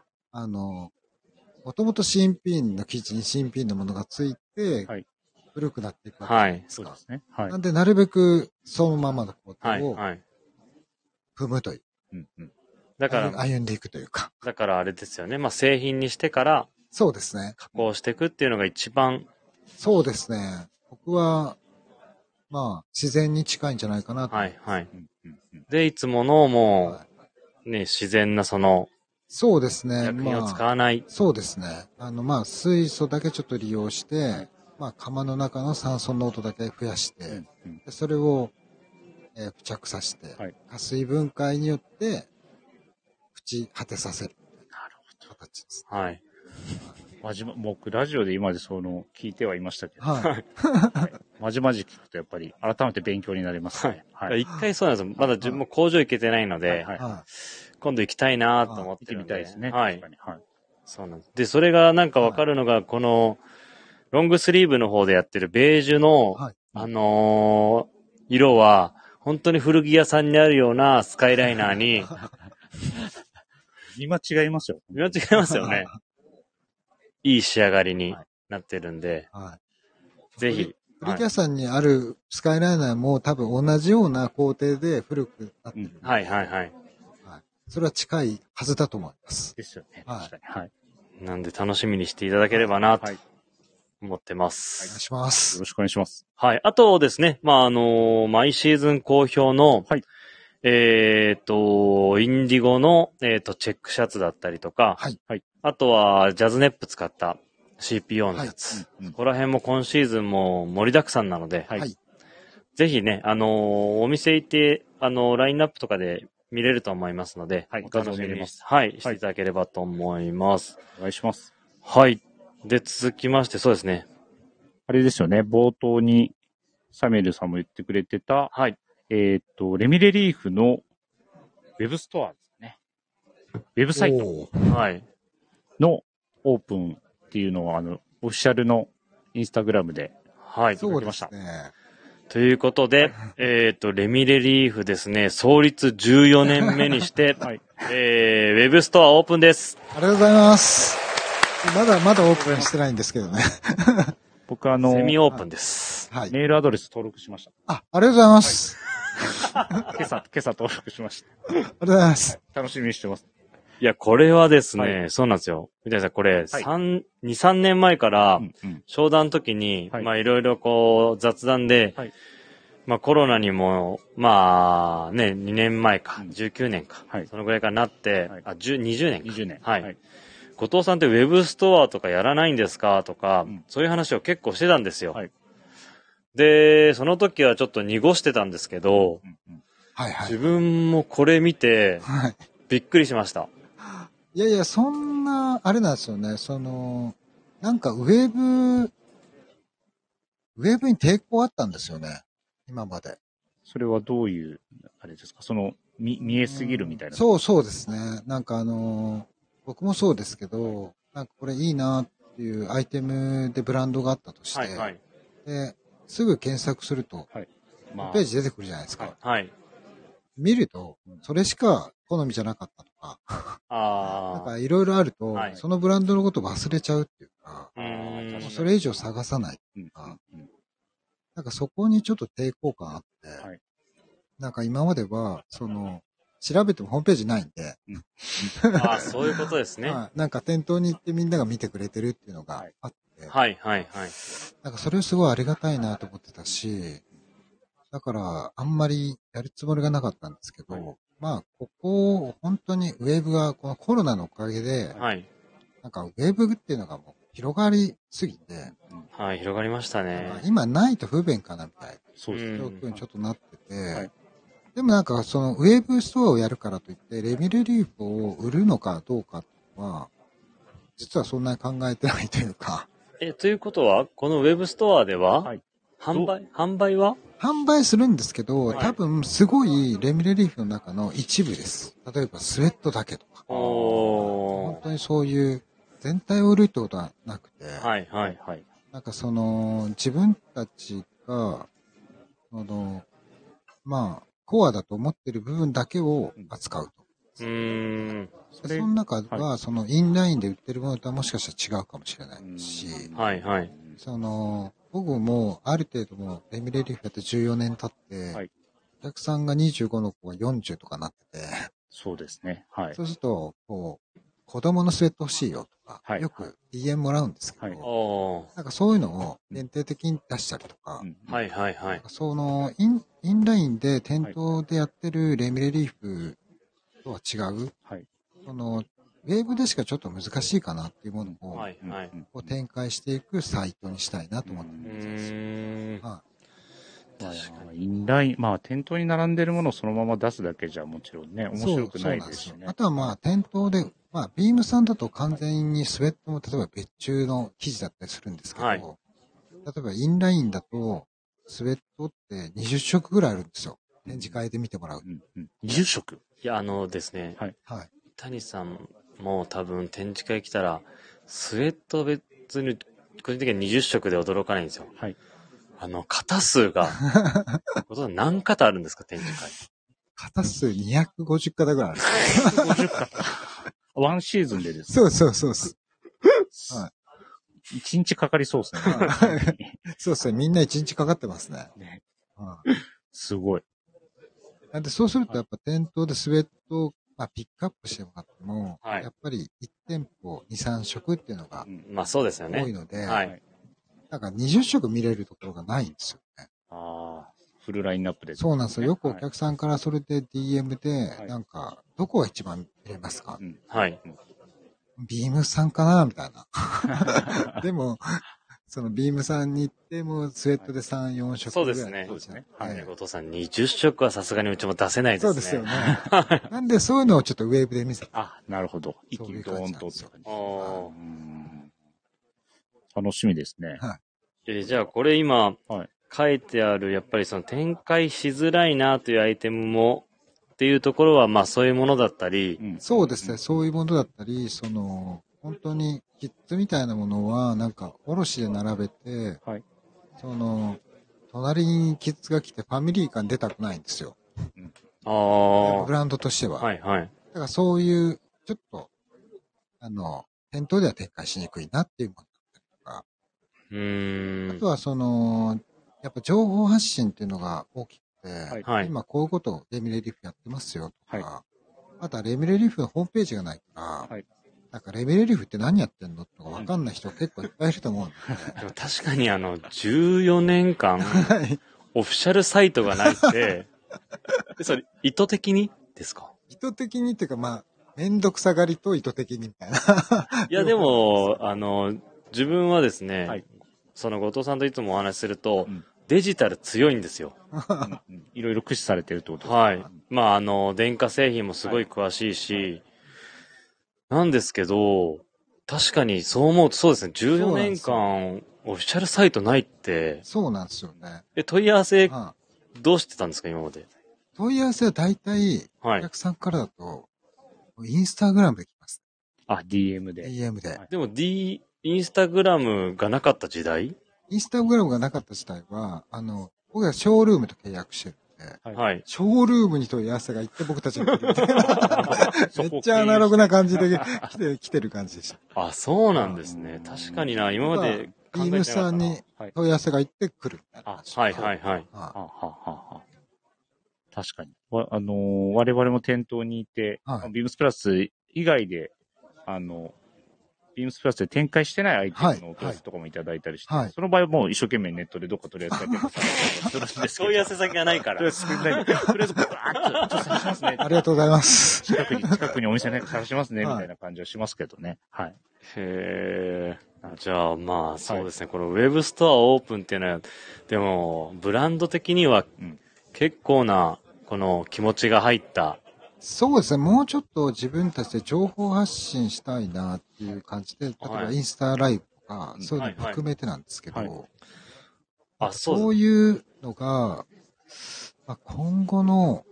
もともと新品の生地に新品のものがついて、はい、古くなっていくわけじゃないですか。はい、そうですね。はい、なんで、なるべくそのままの工程を踏むという。うんうん、だから、歩んでいくというか。 だからあれですよね。まあ、製品にしてから、 そうですね。 加工していくっていうのが一番。 そうですね。僕は、まあ、自然に近いんじゃないかなと思います。はいはい。 で、いつものもう、ね、自然なそうですね。 薬品を使わない。 そうですね。まあ、水素だけちょっと利用して、まあ、釜の中の酸素濃度だけ増やして、でそれを、付着させて、加水分解によって、朽ち果てさせる。 なるほど。 形です。 はい。 僕、ラジオで今まで聞いてはいましたけど、はい。まじまじ聞くとやっぱり改めて勉強になります、 ね。はい。一回そうなんですよ。まだ自分も工場行けてないので、今度行きたいなと思ってるんで。 行ってみたいですね。 はい。はい。そうなんです。で、それがなんかわかるのが、この、ロングスリーブの方でやってるベージュの、色は、本当に古着屋さんにあるようなスカイライナーに、 見間違いますよ。 見間違いますよね。いい仕上がりになってるんで、はい、ぜひ。 古着屋さんにあるスカイライナーも多分同じような工程で古くなってる。 はいはいはい。 それは近いはずだと思います。 ですよね。確かに。はい。 なんで楽しみにしていただければなと思ってます。 お願いします。 よろしくお願いします。 はい。あとですね、まあ毎シーズン好評の、はい、インディゴの、チェックシャツだったりとか、はい。はい、あとは、ジャズネップ使った CPO のやつ。はい、ここら辺も今シーズンも盛りだくさんなので、はい。ぜひね、お店行って、ラインナップとかで見れると思いますので、はい。お楽しみにしていただければと思います。 お願いします。 はい。で、続きまして、そうですね。 あれですよね、冒頭にサミュエルさんも言ってくれてた、はい。レミレリーフのウェブストアですね。ウェブサイト。はい。のオープンっていうのを、オフィシャルのインスタグラムで、はい。 そうですね。 ということで、レミレリーフですね、創立14年目にして、はい。ウェブストアオープンです。 ありがとうございます。まだオープンしてないんですけどね。 僕セミオープンです。 はい。メールアドレス登録しました。 ありがとうございます。 はい、今朝登録しました。 ありがとうございます。 楽しみにしてます。 いや、これはですね、はい、そうなんですよ。みたいなこれ、はい、2、3年前から、商談の時に、はい、まあいろいろこう雑談で、はい、まあコロナにも、まあね、2年前か、19年か、はい、そのぐらいからなって、はい、20年か。 20年。 はい。はい、後藤さんってウェブストアとかやらないんですかとか、そういう話を結構してたんですよ。はい、で、その時はちょっと濁してたんですけど、はいはい、自分もこれ見て、びっくりしました。 いやいや、そんな、あれなんですよね。なんかウェブに抵抗あったんですよね。今まで。 それはどういう、あれですか見えすぎるみたいな。 そうですね。なんか僕もそうですけど、なんかこれいいなっていうアイテムでブランドがあったとして、はいはい、 で、すぐ検索すると、 はい。 ホームページ出てくるじゃないですか。 はい。 見ると、それしか好みじゃなかったとか、なんかいろいろあると、そのブランドのこと忘れちゃうっていうか、それ以上探さないっていうか、なんかそこにちょっと抵抗感あって、なんか今までは、調べてもホームページないんで、 そういうことですね。 なんか店頭に行ってみんなが見てくれてるっていうのがあって、なんかそれをすごいありがたいなと思ってたし、だからあんまりやるつもりがなかったんですけど、まあ、ここ、本当にウェブがこのコロナのおかげで、なんかウェブっていうのがもう広がりすぎて、 広がりましたね。 今ないと不便かなみたいな状況にちょっとなってて、でもなんかそのウェブストアをやるからといってレミレリーフを売るのかどうかは実はそんなに考えてないというか。 ということはこのウェブストアでは、販売は販売するんですけど、多分すごいレミレリーフの中の一部です。例えばスウェットだけとか。本当にそういう全体を売るってことはなくて。なんか自分たちが、まあ、コアだと思ってる部分だけを扱うと。その中は、インラインで売ってるものとはもしかしたら違うかもしれないし、僕もある程度もレミレリーフやって14年経って、お客さんが25の子が40とかなってて、 そうですね。 そうすると、子供のスウェット欲しいよとか、よく DM もらうんですけど、なんかそういうのを限定的に出したりとか、インラインで店頭でやってるレミレリーフとは違う、ウェブでしかちょっと難しいかなっていうものを展開していくサイトにしたいなと思ってます。 確かに。インライン、まあ店頭に並んでるものをそのまま出すだけじゃもちろんね、面白くないですしね。 あとはまあ店頭で、まあビームさんだと完全にスウェットも例えば別注の生地だったりするんですけど、例えばインラインだとスウェットって20色ぐらいあるんですよ。展示会で見てもらう。 20色？ いや、ですね。谷さんも多分展示会来たら、スウェット別に、個人的には20色で驚かないんですよ。型数が、何型あるんですか、展示会。 型数250型ぐらいある。 250型。ワンシーズンでですね。そう。 1日かかりそうですね。 そうですね。みんな1日かかってますね。 すごい。 なんでそうするとやっぱ店頭でスウェットをピックアップしてもらっても、やっぱり1店舗2、3色っていうのがそうですよね。 多いので、なんか20色見れるところがないんですよね。 フルラインナップで。 そうなんですよ。よくお客さんからそれで DM で、なんか、どこが一番見れますか？ビームさんかなみたいな。でも、そのビームさんに行ってもスウェットで3、4色ぐらい。 そうですね。後藤さん20色はさすがにうちも出せないですね。 そうですよね。なんでそういうのをちょっとウェーブで見せて。 なるほど。一気にドーンと。楽しみですね。 じゃあこれ今、書いてある、やっぱりその展開しづらいなというアイテムも、っていうところは、まあそういうものだったり。 そうですね。そういうものだったり、本当にキッズみたいなものは、なんか、卸で並べて、隣にキッズが来てファミリー感出たくないんですよ。ブランドとしては。だからそういう、ちょっと、店頭では展開しにくいなっていうものだったりとか。あとはやっぱ情報発信っていうのが大きくて、今こういうことをレミレリーフやってますよとか、あとはレミレリーフのホームページがないから、なんかレミレリーフって何やってんのとかわかんない人結構いっぱいいると思うんで。 でも確かに14年間、オフィシャルサイトがないって、それ意図的にですか？ 意図的にっていうかまあ、めんどくさがりと意図的にみたいな。 いやでも、自分はですね、その後藤さんといつもお話しすると、デジタル強いんですよ。 いろいろ駆使されてるってことですか？ まあ、電化製品もすごい詳しいし、なんですけど、確かにそう思うとそうですね、14年間オフィシャルサイトないって。 そうなんですよね。 問い合わせ、どうしてたんですか、今まで。 問い合わせは大体、お客さんからだと、インスタグラムで来ます。 DM で。 DM で。 でもインスタグラムがなかった時代？ インスタグラムがなかった時代は、僕はショールームと契約してるんで、はい、ショールームに問い合わせが行って僕たちが来るみたいな。めっちゃアナログな感じで来てる感じでした。 あ、そうなんですね。確かにな、今までビームさんに問い合わせが行ってくるみたいな。 はいはいはい。 確かに。我々も店頭にいて、ビームスプラス以外で、ビームスプラスで展開してないアイテムのお問い合わせとかもいただいたりして、その場合はもう一生懸命ネットでどっか取り扱ってするんですけど。 問い合わせ先がないから。とりあえず、 とりあえず、バーッと探しますね。 ありがとうございます。 近くにお店ね、探しますね、みたいな感じはしますけどね。はい。 へー。じゃあ、まあ、そうですね。このウェブストアオープンっていうのは、でも、ブランド的には、結構な、この気持ちが入った、 そうですね。もうちょっと自分たちで情報発信したいなっていう感じで、例えばインスタライブとか、そういうのも含めてなんですけど、そういうのが、今後の、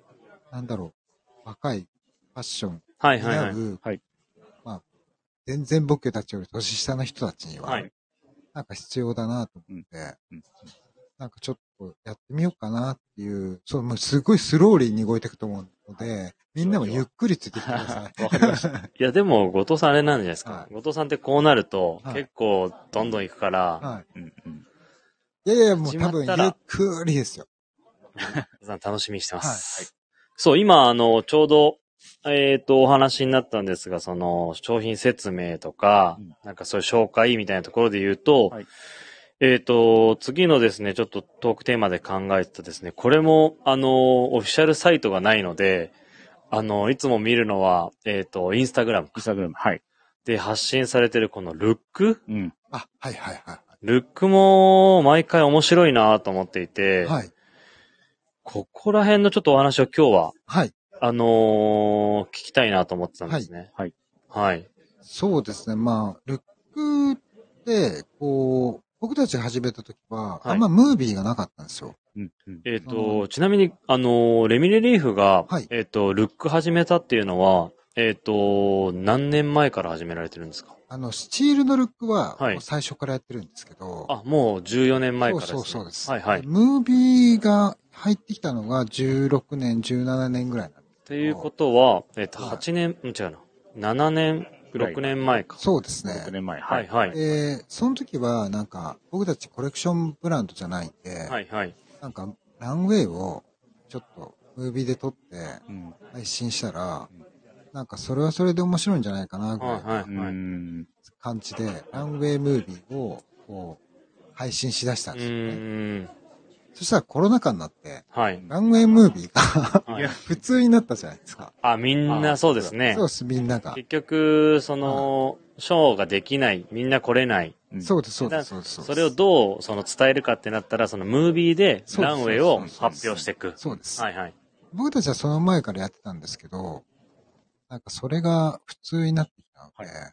若いファッションに合う、全然僕たちより年下の人たちには、なんか必要だなと思って、なんかちょっとやってみようかなっていう、もうすごいスローリーに動いていくと思うので、みんなもゆっくりついてきてください。 わかりました。いや、でも、後藤さんあれなんじゃないですか。後藤さんってこうなると、結構どんどん行くから。 いやいや、もう多分ゆっくりですよ。 楽しみにしてます。そう、今、ちょうど、お話になったんですが、その、商品説明とか、なんかそういう紹介みたいなところで言うと、次のですね、ちょっとトークテーマで考えてたですね、これも、オフィシャルサイトがないので、いつも見るのは、インスタグラム。 はい。 で、発信されてるこのルック。 はいはいはい。 ルックも毎回面白いなと思っていて、ここら辺のちょっとお話を今日は、聞きたいなと思ってたんですね。はい。 そうですね。ルックって、僕たちが始めた時は、あんまムービーがなかったんですよ。 ちなみに、レミレリーフが、ルック始めたっていうのは、何年前から始められてるんですか？ スチールのルックは、最初からやってるんですけど。 もう14年前からですね。 そうです。ムービーが入ってきたのが16年、17年ぐらいなんです。 っていうことは、8年、違うな。7年、6年前か。 そうですね。 6年前。 その時は、なんか、僕たちコレクションブランドじゃないんで、なんか、ランウェイを、ちょっと、ムービーで撮って、配信したら、なんか、それはそれで面白いんじゃないかな、ぐらいの感じで、ランウェイムービーを、配信しだしたんですよね。そしたらコロナ禍になって、ランウェイムービーが普通になったじゃないですか。 みんなそうですね。 そうです、みんなが。 結局、ショーができない、みんな来れない。 そうです、 それをどう伝えるかってなったら、そのムービーでランウェイを発表していく。 そうです。僕たちはその前からやってたんですけど、なんかそれが普通になってきたので、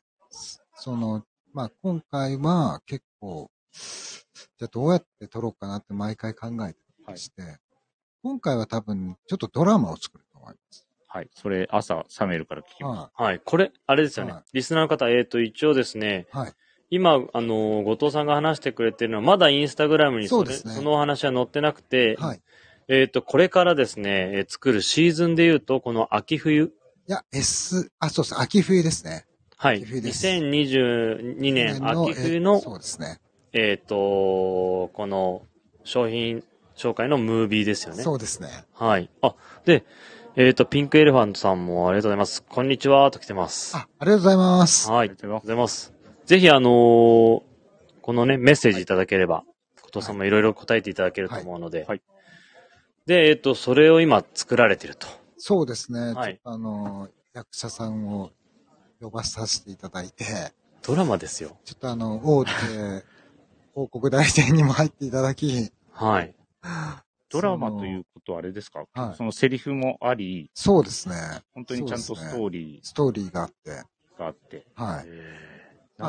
今回は結構、じゃあどうやって撮ろうかなって毎回考えてまして、今回は多分ちょっとドラマを作ると思います。 はい。それ朝サメルから聞きます。はい。これ、あれですよね。リスナーの方、一応ですね、今、後藤さんが話してくれてるのは、まだインスタグラムにそのお話は載ってなくて、これからですね、作るシーズンで言うと、この秋冬。 いや、そうです。秋冬ですね。 はい。2022年秋冬の、 そうですね。 この商品紹介のムービーですよね。 そうですね。 はい。で、ピンクエレファントさんもありがとうございます。こんにちはと来てます。 ありがとうございます。 はい。ありがとうございます。ぜひこのね、メッセージいただければ、後藤さんもいろいろ答えていただけると思うので。で、それを今作られてると。 そうですね。役者さんを呼ばさせていただいて。 ドラマですよ。 ちょっと大手広告代理店にも入っていただき。 はい。 ドラマということはあれですか、そのセリフもあり。 そうですね。 本当にちゃんとストーリー。 ストーリーがあって。はい。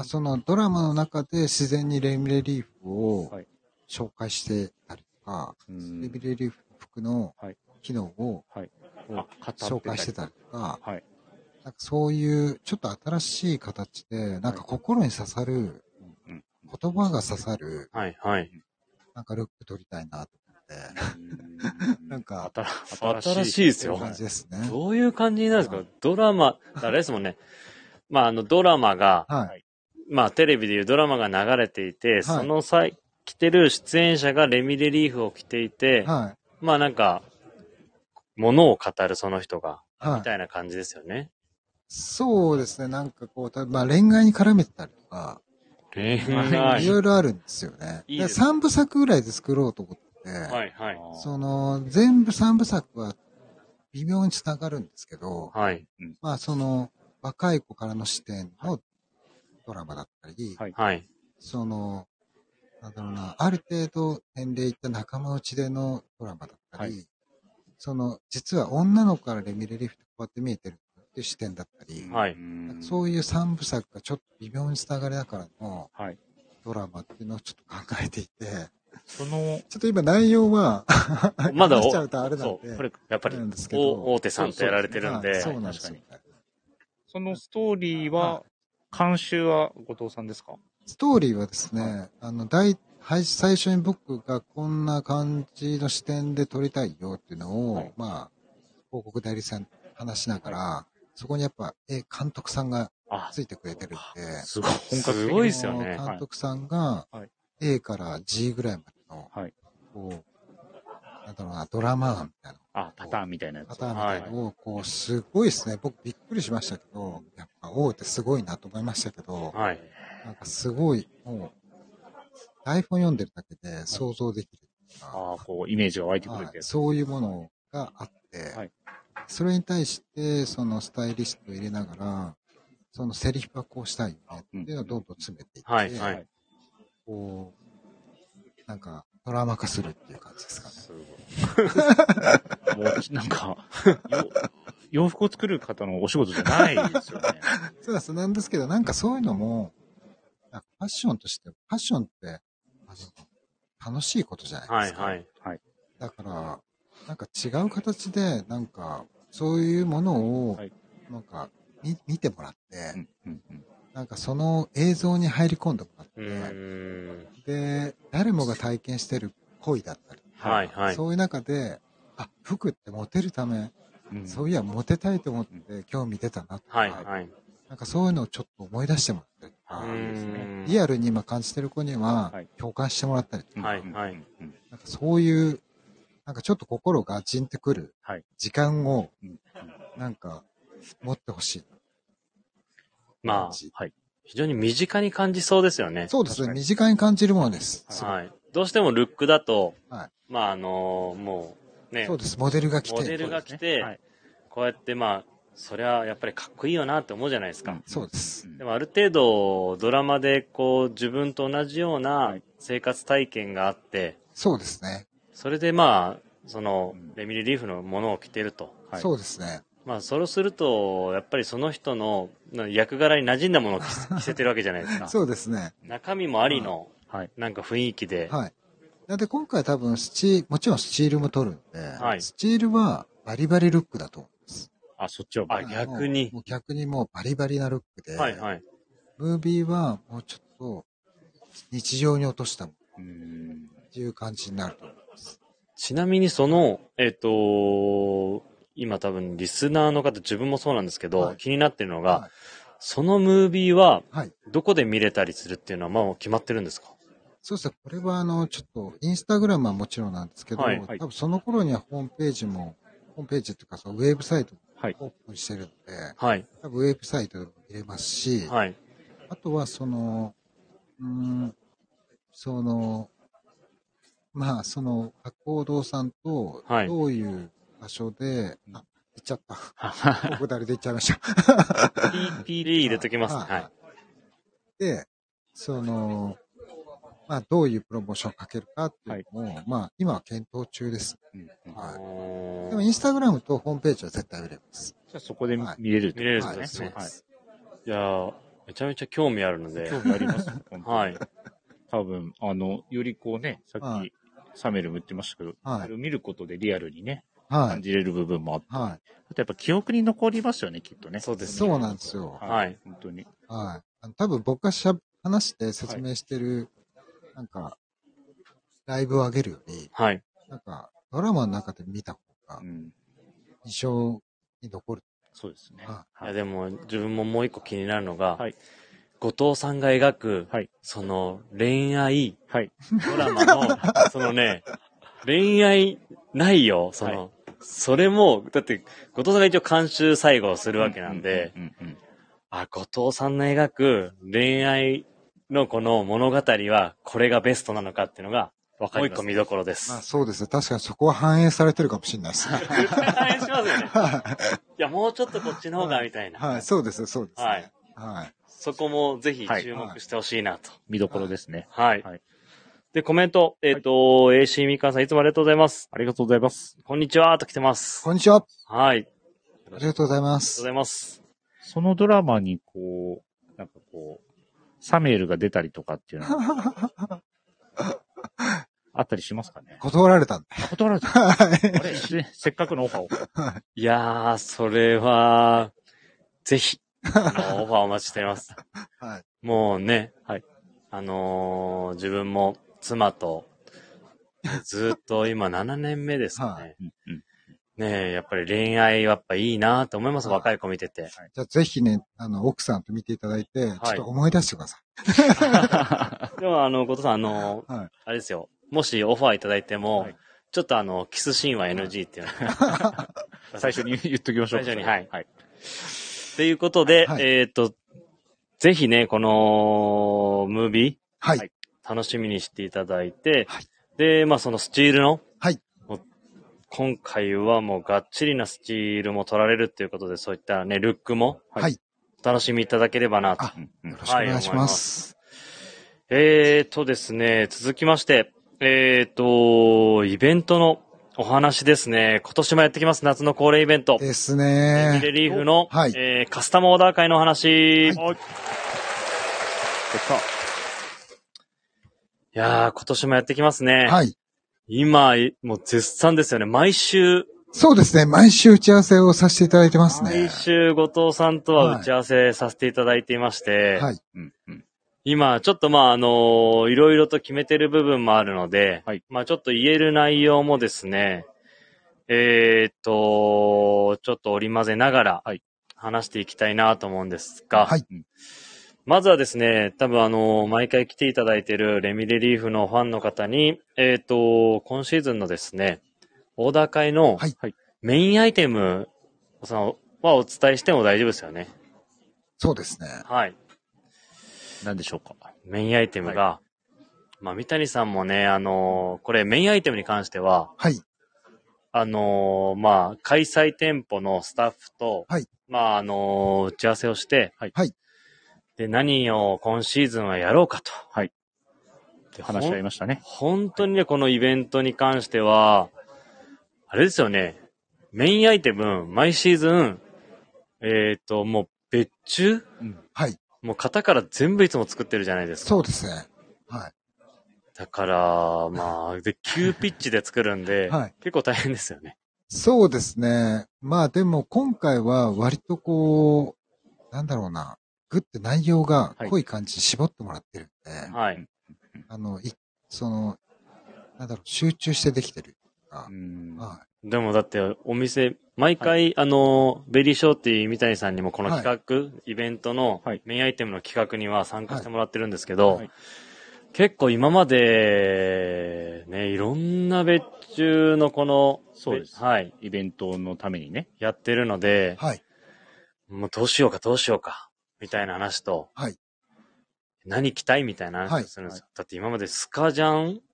そのドラマの中で自然にレミレリーフを紹介してたりとか、レミレリーフ服の機能を紹介してたりとか、なんかそういうちょっと新しい形で、なんか心に刺さる言葉が刺さる、 はいはい。 なんかルック撮りたいなと思って、なんか、 新しいですよ。 感じですね。 どういう感じになるんですか？ドラマ、あれですもんね。まあ、ドラマが、はい、まあ、テレビでいうドラマが流れていて、はい、その際、着てる出演者がレミレリーフを着ていて、はい、まあなんか、物を語るその人が、はい、みたいな感じですよね。 そうですね。なんかこう、まあ恋愛に絡めてたりとか、 恋愛いろいろあるんですよね。いいです3部作ぐらいで作ろうと思って、はいはい、全部3部作は微妙につながるんですけど、はい、まあ若い子からの視点のドラマだったり、はい、なんだろうな、ある程度年齢いった仲間内でのドラマだったり、はい、実は女の子からレミレリーフってこうやって見えてるっていう視点だったり、はい、そういう3部作がちょっと微妙につながりながらのドラマっていうのをちょっと考えていて、ちょっと今内容はまだ話しちゃうとあれなんで、 やっぱり大手さんとやられてるんで、 そうなんですよ。 そのストーリーは、監修は後藤さんですか？ ストーリーはですね、最初に僕がこんな感じの視点で撮りたいよっていうのを、はい、まあ、広告代理店話しながら、はい、そこにやっぱ、監督さんがついてくれてるんで、 すごい、本格的ですよね。 監督さんが、A から G ぐらいまでの、はい、こう、なんだろうな、ドラマ案みたいな。 パターンみたいなやつ。 パターンみたいなのを、こう、すごいですね。僕びっくりしましたけど、やっぱ、王ってすごいなと思いましたけど、はい、なんかすごい、もう、台本読んでるだけで想像できる。 こう、イメージが湧いてくるってやつ。 そういうものがあって、はい、それに対して、スタイリストを入れながら、セリフはこうしたいよねっていうのをどんどん詰めていって、はいはい、こう、なんか、ドラマ化するっていう感じですかね。すごい。もう、なんか、洋服を作る方のお仕事じゃないですよね。 そうです。なんですけど、なんかそういうのも、ファッションとして、ファッションって、楽しいことじゃないですか。はいはい。だから、なんか違う形で、なんか、そういうものを、なんか、見てもらって、なんかその映像に入り込んでもらって、で、誰もが体験してる恋だったり、はいはい、そういう中で、服ってモテるため、そういや、モテたいと思って今日見てたなとか、はいはい、なんかそういうのをちょっと思い出してもらったりとか、リアルに今感じてる子には共感してもらったりとか、はいはい、なんかそういう、なんかちょっと心がじんってくる時間を、なんか持ってほしい。 まあ、はい。非常に身近に感じそうですよね。 そうですね。身近に感じるものです。 はい。どうしてもルックだと、はい、まあもうね。 そうです。モデルが来て。 モデルが来て、はい、こうやってまあ、そりゃやっぱりかっこいいよなって思うじゃないですか。 そうです。 でもある程度ドラマでこう自分と同じような生活体験があって、 そうですね。 それでまあ、レミリリーフのものを着てると。 はい、そうですね。 まあ、そうすると、やっぱりその人の役柄に馴染んだものを着せてるわけじゃないですか。 そうですね。 中身もありの、なんか雰囲気で。 はい。で、今回多分もちろんスチールも撮るんで、はい、スチールはバリバリルックだと思います。 そっちは逆に。 もう逆にもうバリバリなルックで、はいはい、ムービーはもうちょっと日常に落としたものっていう感じになると思います。 ちなみに今多分リスナーの方、自分もそうなんですけど、気になってるのが、そのムービーはどこで見れたりするっていうのはもう決まってるんですか？ そうですね。これはちょっとインスタグラムはもちろんなんですけど、多分その頃にはホームページっていうかウェブサイトオープンしてるので、多分ウェブサイトでも見れますし、あとはまあ博報堂さんとどういう場所で、言っちゃった。ここ誰で言っちゃいました。 ピー入れときますね。はい。 で、まあ、どういうプロモーションをかけるかっていうのも、まあ、今は検討中です。はい。でも、インスタグラムとホームページは絶対見れます。 じゃあ、そこで見れるってことですね。はい。いやめちゃめちゃ興味あるので。 興味あります。はい。多分、よりこうね、さっき、サメルも言ってましたけど、それを見ることでリアルにね、感じれる部分もあって、あとやっぱ記憶に残りますよね、きっとね。 そうです。そうなんですよ。 はい。 本当に。 はい。多分僕が喋っ話して説明してる、なんか、ライブを上げるより、 はい。 なんか、ドラマの中で見た方が、印象に残る。 そうですね。 いや、でも、自分ももう一個気になるのが、はい、後藤さんが描く、はい、その、恋愛、はい、ドラマの、そのね、恋愛ないよ、その、はい、それも、だって、後藤さんが一応監修最後をするわけなんで、後藤さんの描く恋愛のこの物語は、これがベストなのかっていうのが、もう一個見どころです。 まあそうですね。確かにそこは反映されてるかもしれないですね。 絶対反映しますよね。いや、もうちょっとこっちの方が、みたいな。 はい、そうですね、そうですね。はい。 はい。そこもぜひ注目してほしいなと。 見どころですね。 はい。で、コメント、AC みかんさんいつもありがとうございます。 ありがとうございます。 こんにちはと来てます。 こんにちは。 はい。 ありがとうございます。 ありがとうございます。 そのドラマにこう、なんかこう、サメールが出たりとかっていうのはあったりしますかね。 断られたんだ。 断られた。あれせっかくのオファーを。 いやー、それは、ぜひ、オファーお待ちしています。はい。もうね、はい。自分も妻と、ずっと今7年目ですかね。ねえ、やっぱり恋愛はやっぱいいなと思います、若い子見てて。 じゃあぜひね、奥さんと見ていただいて、ちょっと思い出してください。でも後藤さん、あれですよ。もしオファーいただいても、ちょっとキスシーンは NG っていうの最初に言っときましょう。 最初に、はい。ということで、ぜひね、このムービー、はい。楽しみにしていただいて、はい。で、まあそのスチールの、はい。今回はもうがっちりなスチールも取られるっていうことで、そういったね、ルックも、はい。お楽しみいただければなと。よろしくお願いします。 ですね、続きまして、イベントのお話ですね。今年もやってきます、夏の恒例イベント。 ですね。 ミレリーフの、はい、カスタムオーダー会のお話。はい。いやー、今年もやってきますね。はい。今、もう絶賛ですよね。毎週。 そうですね。毎週打ち合わせをさせていただいてますね。 毎週後藤さんとは打ち合わせさせていただいていまして。はい。今、ちょっとまあ、いろいろと決めてる部分もあるので、はい、まあちょっと言える内容もですね、ちょっと織り交ぜながら、話していきたいなと思うんですが、はい。まずはですね、多分毎回来ていただいているレミレリーフのファンの方に、今シーズンのですね、オーダー会のメインアイテムはお伝えしても大丈夫ですよね。 そうですね。 はい。 何でしょうか。 メインアイテムが、まあ、三谷さんもね、これメインアイテムに関しては、はい。まあ、開催店舗のスタッフと、はい。まあ、打ち合わせをして、はい。はい。で、何を今シーズンはやろうかと。 はい。で、話し合いましたね。 本当にね、このイベントに関しては、あれですよね。メインアイテム、毎シーズン、もう別注、はい。もう型から全部いつも作ってるじゃないですか。 そうですね。はい。 だから、まあ、で、急ピッチで作るんで、はい、結構大変ですよね。 そうですね。まあでも今回は割とこう、なんだろうな、グッて内容が濃い感じで絞ってもらってるんで、はい。なんだろう、集中してできてる。 はい。でもだってお店、毎回、はい、ベリーショーティー三谷さんにもこの企画、はい、イベントのメインアイテムの企画には参加してもらってるんですけど、はい、結構今まで、ね、いろんな別注のこの、 そうです。はい。イベントのためにね。 やってるので、はい。もうどうしようか、みたいな話と、はい。何着たいみたいな話をするんですよ。はい、だって今までスタジャン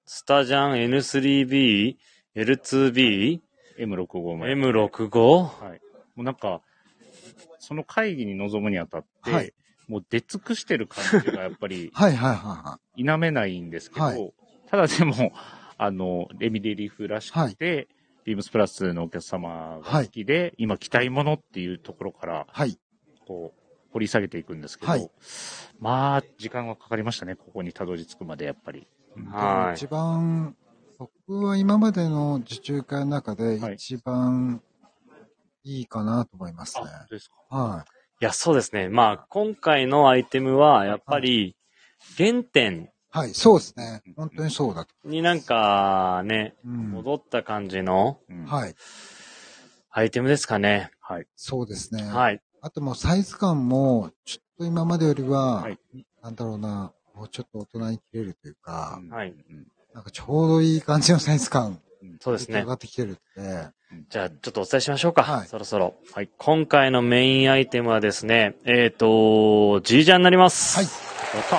N3B、L2B、 M65 まで。M65? はい。もうなんか、その会議に臨むにあたって、はい、もう出尽くしてる感じがやっぱり、 はいはいはい。 否めないんですけど、はい、ただでも、レミレリーフらしくて、はい、ビームスプラスのお客様が好きで、はい、今着たいものっていうところから、はい、こう、掘り下げていくんですけど、はい、まあ、時間はかかりましたね、ここにたどり着くまで、やっぱり。 はい。一番、僕は今までの受注会の中で一番いいかなと思いますね。 ですか。 はい。 いや、そうですね。まあ、今回のアイテムは、やっぱり、 原点。 はい、そうですね。本当にそうだと。 になんかね、戻った感じの、 はい。 アイテムですかね。 はい。そうですね。 はい。 あともうサイズ感も、ちょっと今までよりは、はい、なんだろうな、もうちょっと大人に切れるというか、 はい。 なんかちょうどいい感じのサイズ感。 そうですね。 上がってきてるって。 じゃあ、ちょっとお伝えしましょうか。はい。そろそろ。はい。今回のメインアイテムはですね、G ジャンになります。はい。やった。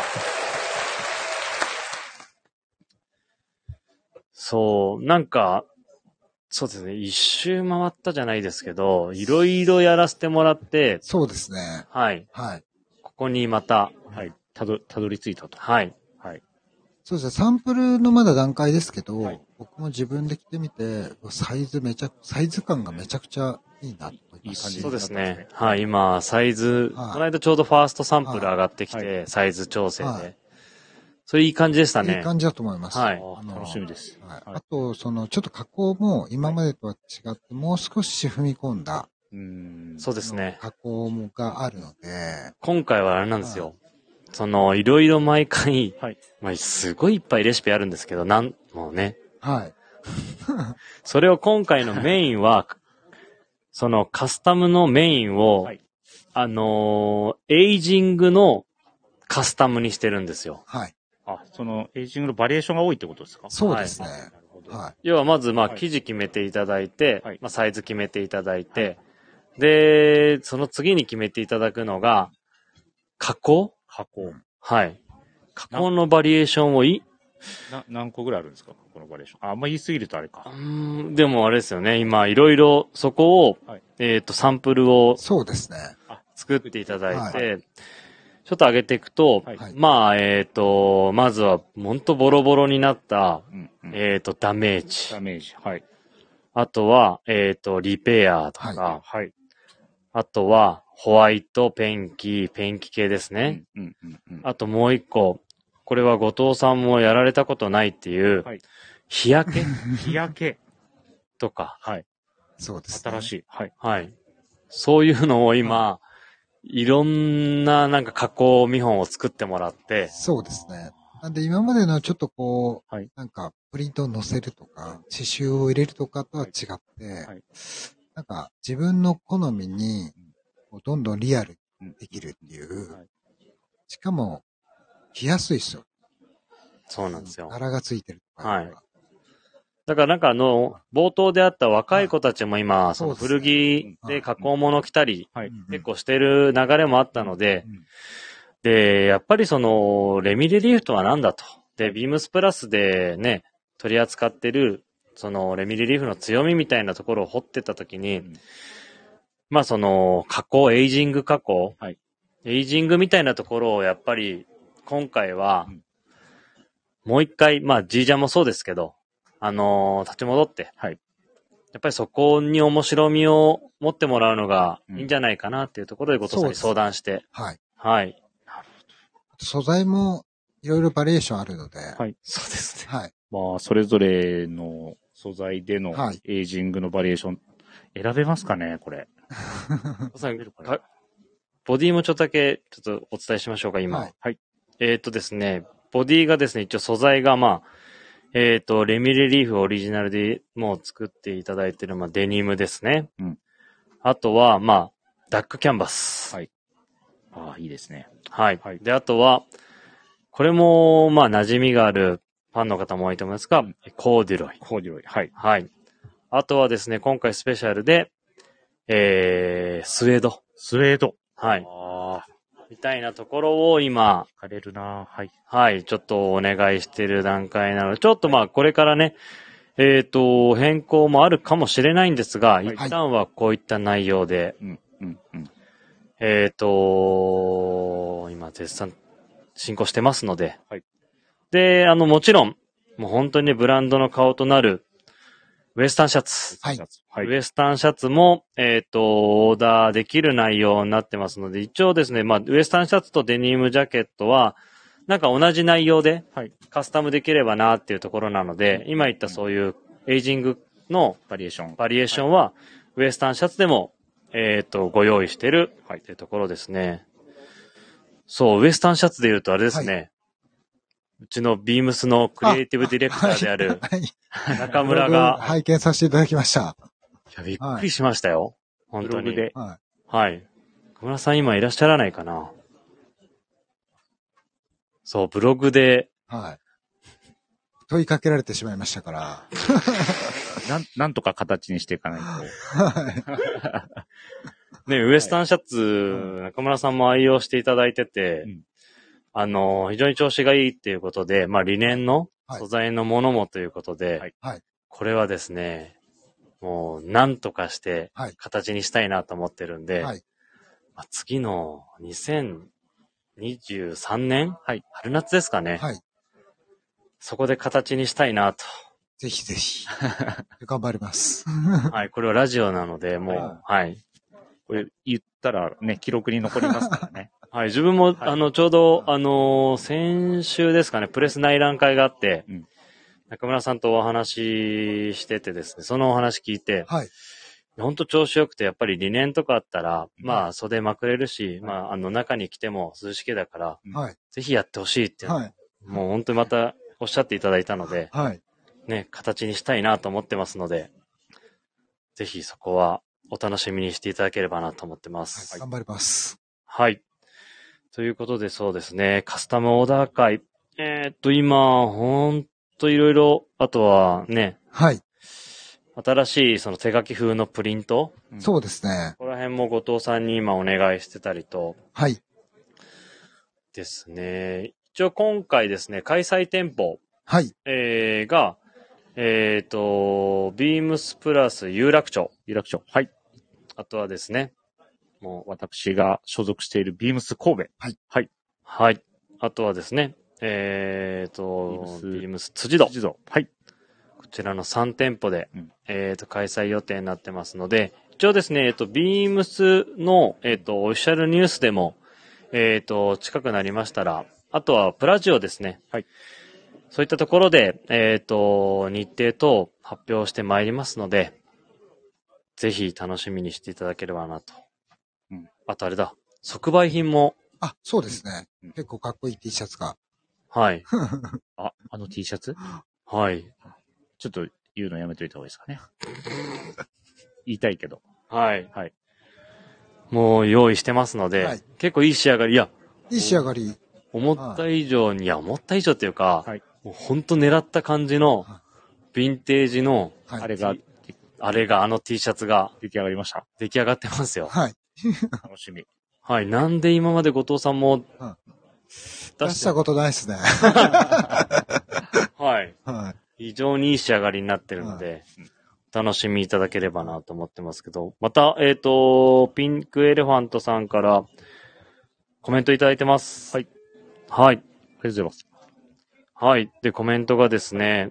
そう、なんか、そうですね、一周回ったじゃないですけど、いろいろやらせてもらって、 そうですね。 はい。はい。ここにまた、 はい。たどり着いたと。 はい。はい。 そうですね、サンプルのまだ段階ですけど、はい、僕も自分で着てみて、サイズ感がめちゃくちゃいいなと思います。いい感じそうですね。はい、今、サイズ、はい、この間ちょうどファーストサンプル上がってきて、はい、サイズ調整で。はい、それいい感じでしたね。 いい感じだと思います。 はい。 楽しみです。 はい。あと、ちょっと加工も今までとは違って、もう少し踏み込んだ。 そうですね。 加工があるので。 今回はあれなんですよ。いろいろ毎回、はい、まあ、すごいいっぱいレシピあるんですけど、もうね。 はい。 それを今回のメインは、カスタムのメインを、はい、エイジングのカスタムにしてるんですよ。 はい。 エイジングのバリエーションが多いってことですか？ そうですね。 はい。要はまず、生地決めていただいて、はい、サイズ決めていただいて、はい、で、その次に決めていただくのが、加工。はい。加工のバリエーションを何個ぐらいあるんですか？加工のバリエーション。あんま言い過ぎるとあれか。 でもあれですよね。今、いろいろそこを、はい、サンプルを。 そうですね。 作っていただいて、はい、ちょっと上げていくと、はい、まあ、まずは、ほんとボロボロになった、ダメージ。 ダメージ。はい。 あとは、リペアとか、はい。あとは、ホワイト、ペンキ系ですね。あともう一個、これは後藤さんもやられたことないっていう、はい、日焼け日焼けとか。 はい。 そうですね。新しい。 はい。はい。そういうのを今、いろんななんか加工見本を作ってもらって。 そうですね。なんで今までのちょっとこう、はい、なんかプリントを載せるとか、刺繍を入れるとかとは違って、はい、なんか自分の好みにどんどんリアルにできるっていう。はい、しかも、着やすいですよ。 そうなんですよ。 柄がついてるとか。 はい。だからなんか冒頭であった若い子たちも今、その古着で加工物着たり、結構してる流れもあったので、で、やっぱりレミレリーフとは何だと。で、ビームスプラスでね、取り扱ってる、レミレリーフの強みみたいなところを掘ってたときに、まあ加工、エイジング加工、エイジングみたいなところをやっぱり、今回は、もう一回、まあ G ジャンもそうですけど、立ち戻って、はい。やっぱりそこに面白みを持ってもらうのがいいんじゃないかなっていうところで後藤さんに相談して。 はい。 はい。 素材もいろいろバリエーションあるので。 はい。 そうですね。 はい。 まあ、それぞれの素材でのエイジングのバリエーション、選べますかね、これ。 ボディもちょっとだけちょっとお伝えしましょうか、今。はい。ですね、ボディがですね、一応素材がまあ、レミレリーフオリジナルでもう作っていただいている、まあ、デニムですね。うん。あとは、まあ、ダックキャンバス。 はい。ああ、いいですね。 はい。はい、で、あとは、これも、まあ、馴染みがあるファンの方も多いと思いますが、コーデュロイ。 コーデュロイ。はい。 はい。あとはですね、今回スペシャルで、スウェード。 スウェード。 はい。みたいなところを今、 枯れるな。はい。 はい、ちょっとお願いしている段階なので、ちょっとまあこれからね、変更もあるかもしれないんですが、はい、一旦はこういった内容で、今絶賛進行してますので、はい、で、もちろん、もう本当にね、ブランドの顔となる、ウエスタンシャツ。 はい。 ウエスタンシャツも、オーダーできる内容になってますので、一応ですね、まあ、ウエスタンシャツとデニムジャケットは、なんか同じ内容で、カスタムできればなっていうところなので、今言ったそういうエイジングのバリエーションは、ウエスタンシャツでも、ご用意してるっていうところですね。そう、ウエスタンシャツで言うとあれですね、 うちのビームスのクリエイティブディレクターである中村が。 拝見させていただきました。 いや、びっくりしましたよ。本当に。 で。 はい。中村さん今いらっしゃらないかな。そう、ブログで。 はい。問いかけられてしまいましたから。 なんとか形にしていかないと。 はい。ね、ウエスタンシャツ、中村さんも愛用していただいてて、非常に調子がいいっていうことで、まあ理念の素材のものもということで、これはですね、もう何とかして形にしたいなと思ってるんで、次の2023年、春夏ですかね。そこで形にしたいなと。 ぜひぜひ。頑張ります。 はい、これはラジオなので、もう、はい。 これ言ったらね、記録に残りますからね。 はい、自分も、ちょうど、先週ですかね、プレス内覧会があって、中村さんとお話ししててですね、そのお話聞いて、ほんと調子よくて、やっぱり理念とかあったら、まあ、袖まくれるし、まあ、中に来ても涼しげだから、ぜひやってほしいって、もう本当にまたおっしゃっていただいたので、ね、形にしたいなと思ってますので、ぜひそこはお楽しみにしていただければなと思ってます。 頑張ります。 はい。ということでそうですね、カスタムオーダー会。今、ほんといろいろ、あとはね、新しいその手書き風のプリント。 そうですね。 ここら辺も後藤さんに今お願いしてたりと。ですね。一応今回ですね、開催店舗。が、ビームスプラス有楽町。 はい。 あとはですね、 もう私が所属しているビームス神戸。 はい。あとはですね、ビームス辻堂。 はい。 こちらの3店舗で、開催予定になってますので、一応ですね、ビームスの、オフィシャルニュースでも、近くなりましたら、あとはプラジオですね。そういったところで、日程等発表してまいりますので、ぜひ楽しみにしていただければなと。あとあれだ、即売品も。 そうですね。結構かっこいい T シャツが。 はい。 あの T シャツ？ はい。 ちょっと言うのやめといた方がいいですかね。言いたいけど。 はい。もう用意してますので、結構いい仕上がり。いい仕上がり。 思った以上に、思った以上っていうか、もうほんと狙った感じの、ヴィンテージの、 あれが、 あの T シャツが出来上がりました。 出来上がってますよ。 楽しみ。 はい。なんで今まで後藤さんも、 出したことないですね。 非常にいい仕上がりになってるので、お楽しみいただければなと思ってますけど、また、ピンクエレファントさんからコメントいただいてます。 はい。ありがとうございます。 はい。で、コメントがですね、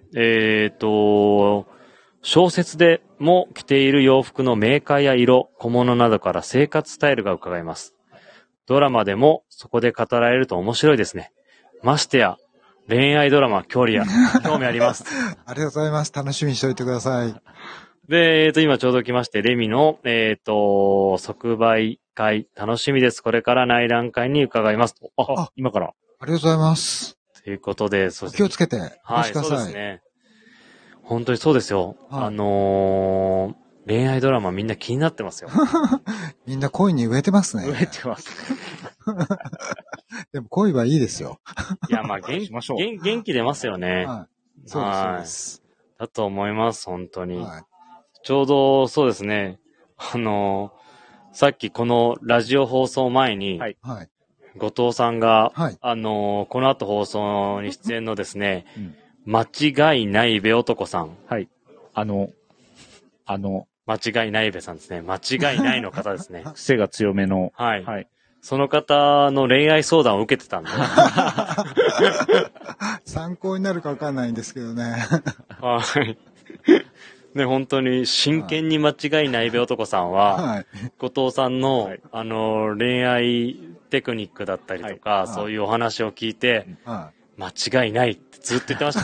小説でも着ている洋服のメーカーや色、小物などから生活スタイルが伺えます。ドラマでもそこで語られると面白いですね。ましてや、恋愛ドラマ、興味あります。 ありがとうございます。楽しみにしておいてください。 で、今ちょうど来まして、レミの、即売会、楽しみです。これから内覧会に伺います。 今から。 ありがとうございます。 ということで、 気をつけて。 はい、そうですね。本当にそうですよ。恋愛ドラマみんな気になってますよ。 みんな恋に飢えてますね。 飢えてます。 でも恋はいいですよ。 いや、まあ元気出ますよね。 そうです。 だと思います、本当に。ちょうどそうですね。さっきこのラジオ放送前に、後藤さんが、この後放送に出演のですね、間違いないべ男さん。間違いないべさんですね。間違いないの方ですね。 癖が強めの。 その方の恋愛相談を受けてたんで。 参考になるかわかんないんですけどね。 ね、本当に真剣に間違いないべ男さんは、後藤さんの、恋愛テクニックだったりとか、そういうお話を聞いて、間違いないってずっと言ってました。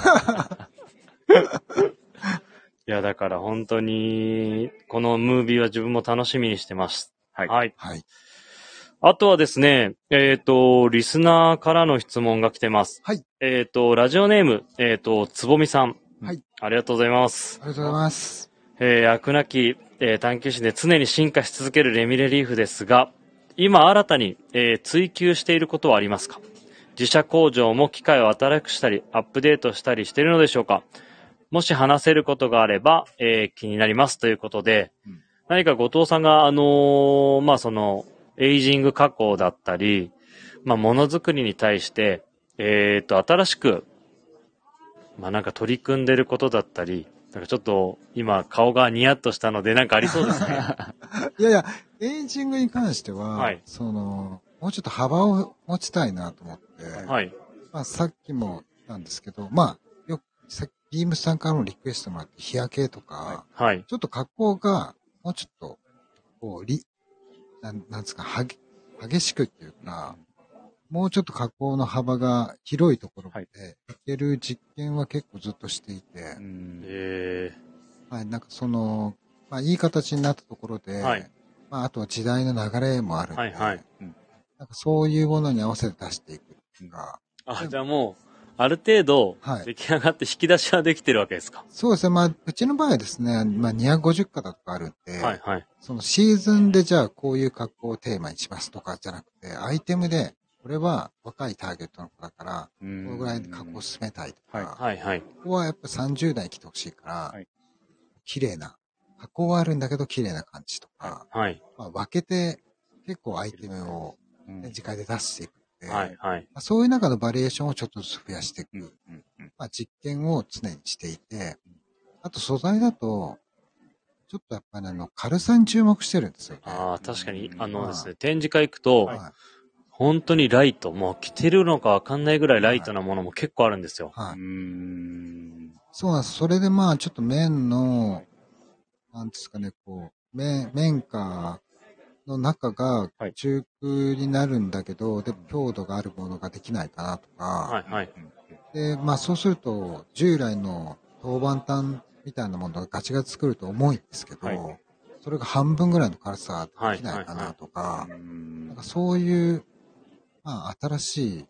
いや、だから本当に、このムービーは自分も楽しみにしてます。はい。 あとはですね、リスナーからの質問が来てます。 はい。 ラジオネーム、つぼみさん。 はい。 ありがとうございます。 ありがとうございます。 飽くなき、探求心で常に進化し続けるレミレリーフですが、今新たに、追求していることはありますか？自社工場も機械を新しくしたり、アップデートしたりしているのでしょうか？もし話せることがあれば、気になりますということで、何か後藤さんが、エイジング加工だったり、ものづくりに対して、新しく、なんか取り組んでることだったり、なんかちょっと今顔がニヤッとしたのでなんかありそうですね。 いやいや、エイジングに関しては、はい、もうちょっと幅を持ちたいなと思って、はい、さっきも言ったんですけど、よくさっきビームさんからもリクエストもらって日焼けとか、はい、ちょっと加工がもうちょっと、なんですか、激しくっていうか、もうちょっと加工の幅が広いところでいける実験は結構ずっとしていて、はい、なんかいい形になったところで、はい、あとは時代の流れもあるんで、はいはい、なんかそういうものに合わせて出していくっていうか。 じゃあもう、ある程度、出来上がって引き出しはできてるわけですか？ そうですね。うちの場合はですね、250型とかあるんで、はいはい、そのシーズンでじゃあこういう格好をテーマにしますとかじゃなくて、アイテムで、これは若いターゲットの子だから、このぐらいで加工を進めたいとか、はいはい、ここはやっぱ30代来てほしいから、はい、綺麗な、加工はあるんだけど綺麗な感じとか、はい、分けて結構アイテムを次回で出していく。はいはい、そういう中のバリエーションをちょっとずつ増やしていく。実験を常にしていて、あと素材だと、ちょっとやっぱり軽さに注目してるんですよね。 確かに、ですね、展示会行くと、本当にライト、もう着てるのかわかんないぐらいライトなものも結構あるんですよ。はい。 そうなんです。それでちょっと面の、なんですかね、面下の中が中空になるんだけど、で、強度があるものができないかなとか、はいはい。で、そうすると、従来の当板炭みたいなものがガチガチ作ると重いんですけど、はい、それが半分ぐらいの軽さできないかなとか、なんかそういう、新しい、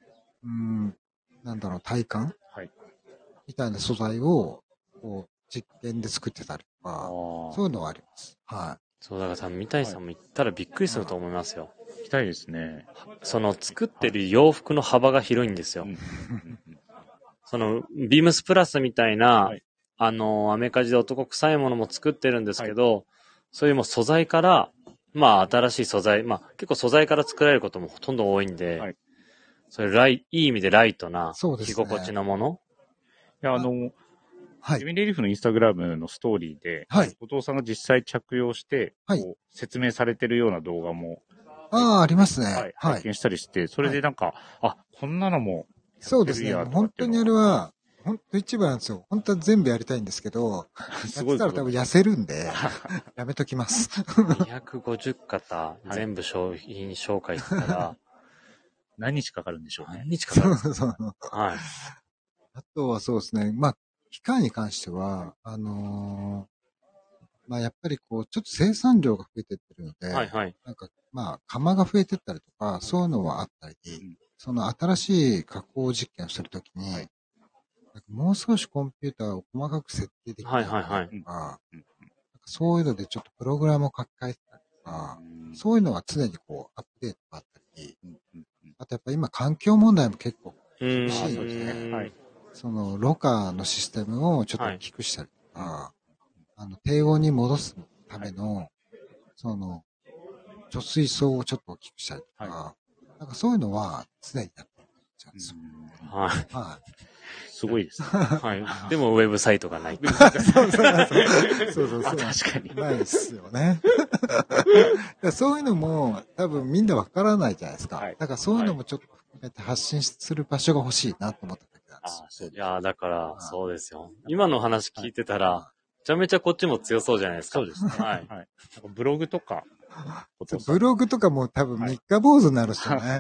体感、はい、みたいな素材を、実験で作ってたりとか、そういうのはあります。はい。 そう、だから多分、三谷さんも行ったらびっくりすると思いますよ。 行きたいですね。 作ってる洋服の幅が広いんですよ。ビームスプラスみたいな、はい、アメカジで男臭いものも作ってるんですけど、はい、そういうもう素材から、新しい素材、結構素材から作られることもほとんど多いんで、はい、いい意味でライトな、着心地のもの。 いや、はい。レミレリーフのインスタグラムのストーリーで、はい。後藤さんが実際着用して、はい。説明されてるような動画も、 ありますね。 はい。拝見したりして、それでなんか、こんなのもそうですね。本当にあれは、本当一番なんですよ。本当は全部やりたいんですけど、すごいやってたら多分痩せるんで、やめときます。 250型、全部商品紹介したら、 何日かかるんでしょうね。 何日かかるんですか？はい。 あとはそうですね。機械に関しては、やっぱりちょっと生産量が増えてってるので、はいはい。なんか、釜が増えてったりとか、そういうのはあったり、その新しい加工実験をするときに、なんかもう少しコンピューターを細かく設定できないかとか、そういうのでちょっとプログラムを書き換えたりとか、そういうのは常にアップデートがあったり、あとやっぱ今環境問題も結構厳しいので、はい。ろ過のシステムをちょっと大きくしたりとか、低温に戻すための、貯水槽をちょっと大きくしたりとか、なんかそういうのは常にやってるんですよ。 はい。 はい。すごいですね。 はい。でもウェブサイトがない。 そう。確かに。 ないですよね。そういうのも多分みんなわからないじゃないですか。はい、だからそういうのもちょっと含めて発信する場所が欲しいなと思っただけなんですよ。 いやだからそうですよ。今の話聞いてたら、めちゃめちゃこっちも強そうじゃないですか。 そうですね。はい。なんかブログとか。 ブログとかも多分三日坊主になるしね。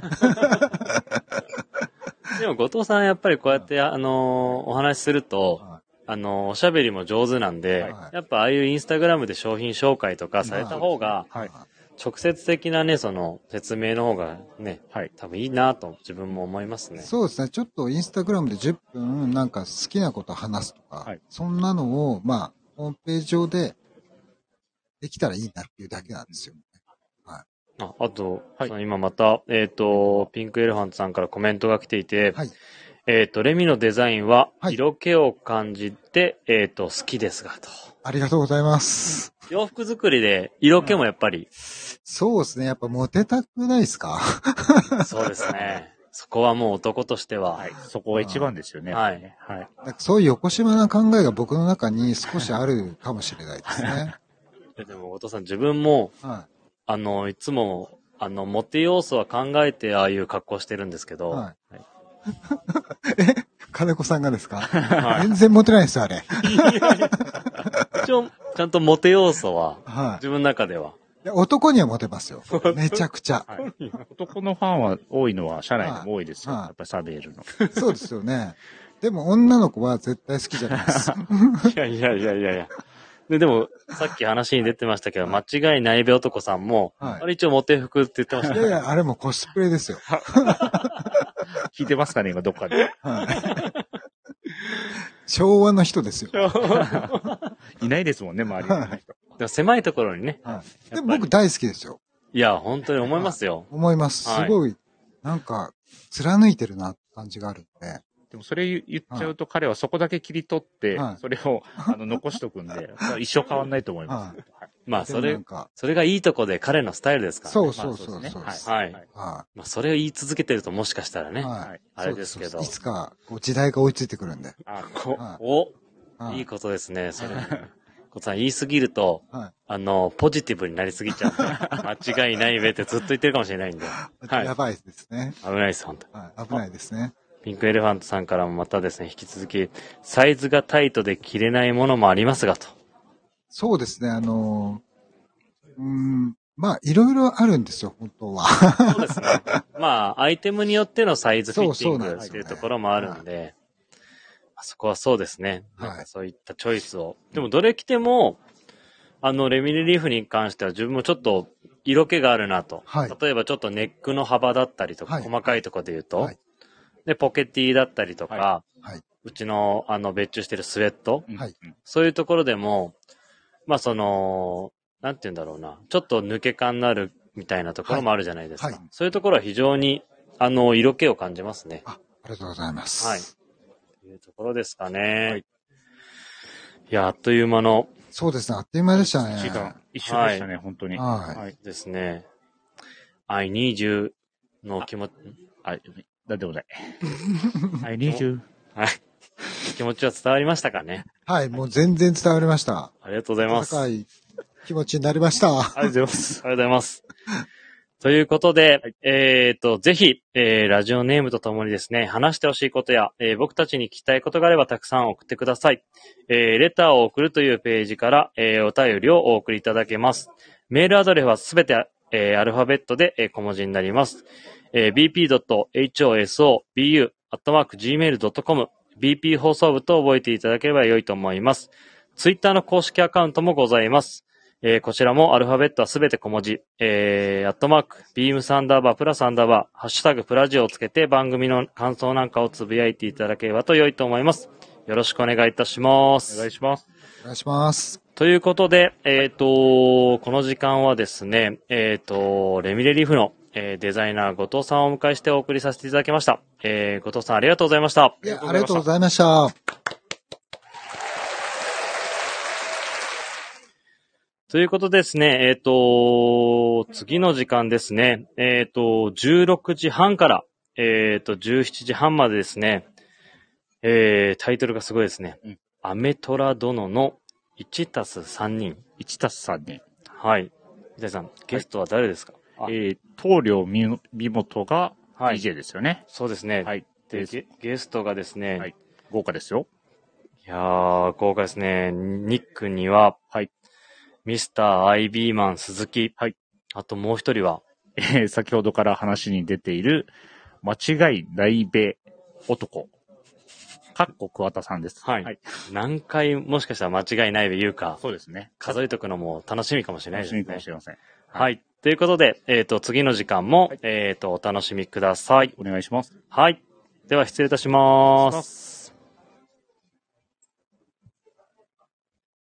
でも後藤さんやっぱりこうやってお話しすると、おしゃべりも上手なんで、やっぱああいうインスタグラムで商品紹介とかされた方が、 直接的なね、その説明の方がね、多分いいなと自分も思いますね。 そうですね。ちょっとインスタグラムで10分なんか好きなこと話すとか、そんなのを、まあ、ホームページ上でできたらいいなっていうだけなんですよ。 はい。あと、今また、ピンクエレファントさんからコメントが来ていて、レミのデザインは色気を感じて、好きですがと。 ありがとうございます。 洋服作りで色気もやっぱり。 そうですね。やっぱモテたくないですか？ そうですね。そこはもう男としては。 そこが一番ですよね。 はい。 なんかそういう横島な考えが僕の中に少しあるかもしれないですね。 でも、お父さん自分も、いつも、モテ要素は考えてああいう格好してるんですけど、 金子さんがですか？全然モテないですよ、あれ。 一応、ちゃんとモテ要素は、自分の中では。 男にはモテますよ。めちゃくちゃ。 男のファンは多いのは、社内でも多いですよ。やっぱりサベールの。 そうですよね。でも女の子は絶対好きじゃないです。 いや。でも、さっき話に出てましたけど、間違いないべ男さんも、あれ一応モテ服って言ってましたね。 いや、あれもコスプレですよ。 聞いてますかね、今どっかで。 昭和の人ですよ。 いないですもんね、周りの人。 でも狭いところにね。 でも僕大好きですよ。 いや、本当に思いますよ。 思います。すごい、なんか、貫いてるなって感じがあるんで。 でもそれ言っちゃうと彼はそこだけ切り取って、それを残しとくんで、一生変わんないと思います。 まあ、それがいいとこで彼のスタイルですからね。そう。 はい。まあ、それを言い続けてるともしかしたらね、あれですけど。 いつか時代が追いついてくるんで。 いいことですね、それ。こさん言いすぎると、ポジティブになりすぎちゃうんで、間違いないべってずっと言ってるかもしれないんで。 やばいですね。 危ないです、本当に。危ないですね。 ピンクエレファントさんからもまたですね、引き続き、サイズがタイトで着れないものもありますがと。 そうですね、まあ、いろいろあるんですよ、本当は。 そうですね。まあ、アイテムによってのサイズフィッティングっていうところもあるんで、そこはそうですね。なんかそういったチョイスを。でも、どれ着ても、レミレリーフに関しては自分もちょっと色気があるなと。例えばちょっとネックの幅だったりとか、細かいところで言うと、で、ポケティだったりとか、うちの、別注してるスウェット、そういうところでも、まあ、なんて言うんだろうな、ちょっと抜け感のあるみたいなところもあるじゃないですか。そういうところは非常に、色気を感じますね。 ありがとうございます。 はい。というところですかね。いや、あっという間の。 そうですね、あっという間でしたね。 一緒でしたね、本当に。 ですね。I need you の気持ち、 なんでもない。I need you. はい。気持ちは伝わりましたかね？ はい、もう全然伝わりました。 ありがとうございます。 高い気持ちになりました。 ありがとうございます。ありがとうございます。ということで、ぜひ、ラジオネームとともにですね、話してほしいことや、僕たちに聞きたいことがあればたくさん送ってください。レターを送るというページから、お便りをお送りいただけます。メールアドレスはすべて、アルファベットで、小文字になります。bp.hosobu@gmail.com BP 放送部と覚えていただければ良いと思います。ツイッターの公式アカウントもございます。こちらもアルファベットはすべて小文字、@beams_+_ハッシュタグプラジオをつけて番組の感想なんかをつぶやいていただければと良いと思います。よろしくお願いいたします。 お願いします。 お願いします。 ということで、この時間はですね、レミレリーフのデザイナー後藤さんをお迎えしてお送りさせていただきました。後藤さんありがとうございました。 ありがとうございました。 ということですね、次の時間ですね、16時半から、17時半までですね、タイトルがすごいですね。アメトラ殿の 1+3 人。 1+3 人。 はい。皆さん、ゲストは誰ですか？ 棟梁美本が DJ ですよね。 そうですね。 はい。 で、ゲストがですね、 豪華ですよ。 いやー、豪華ですね。ニックには、ミスター・アイビーマン鈴木。あともう一人は、 先ほどから話に出ている、間違いないべ男。桑田さんです。 何回もしかしたら間違いないべ言うか。 そうですね。 数えとくのも楽しみかもしれないですね。 楽しみかもしれません。 はい。 ということで、次の時間も、お楽しみください。 お願いします。 はい。では、失礼いたします。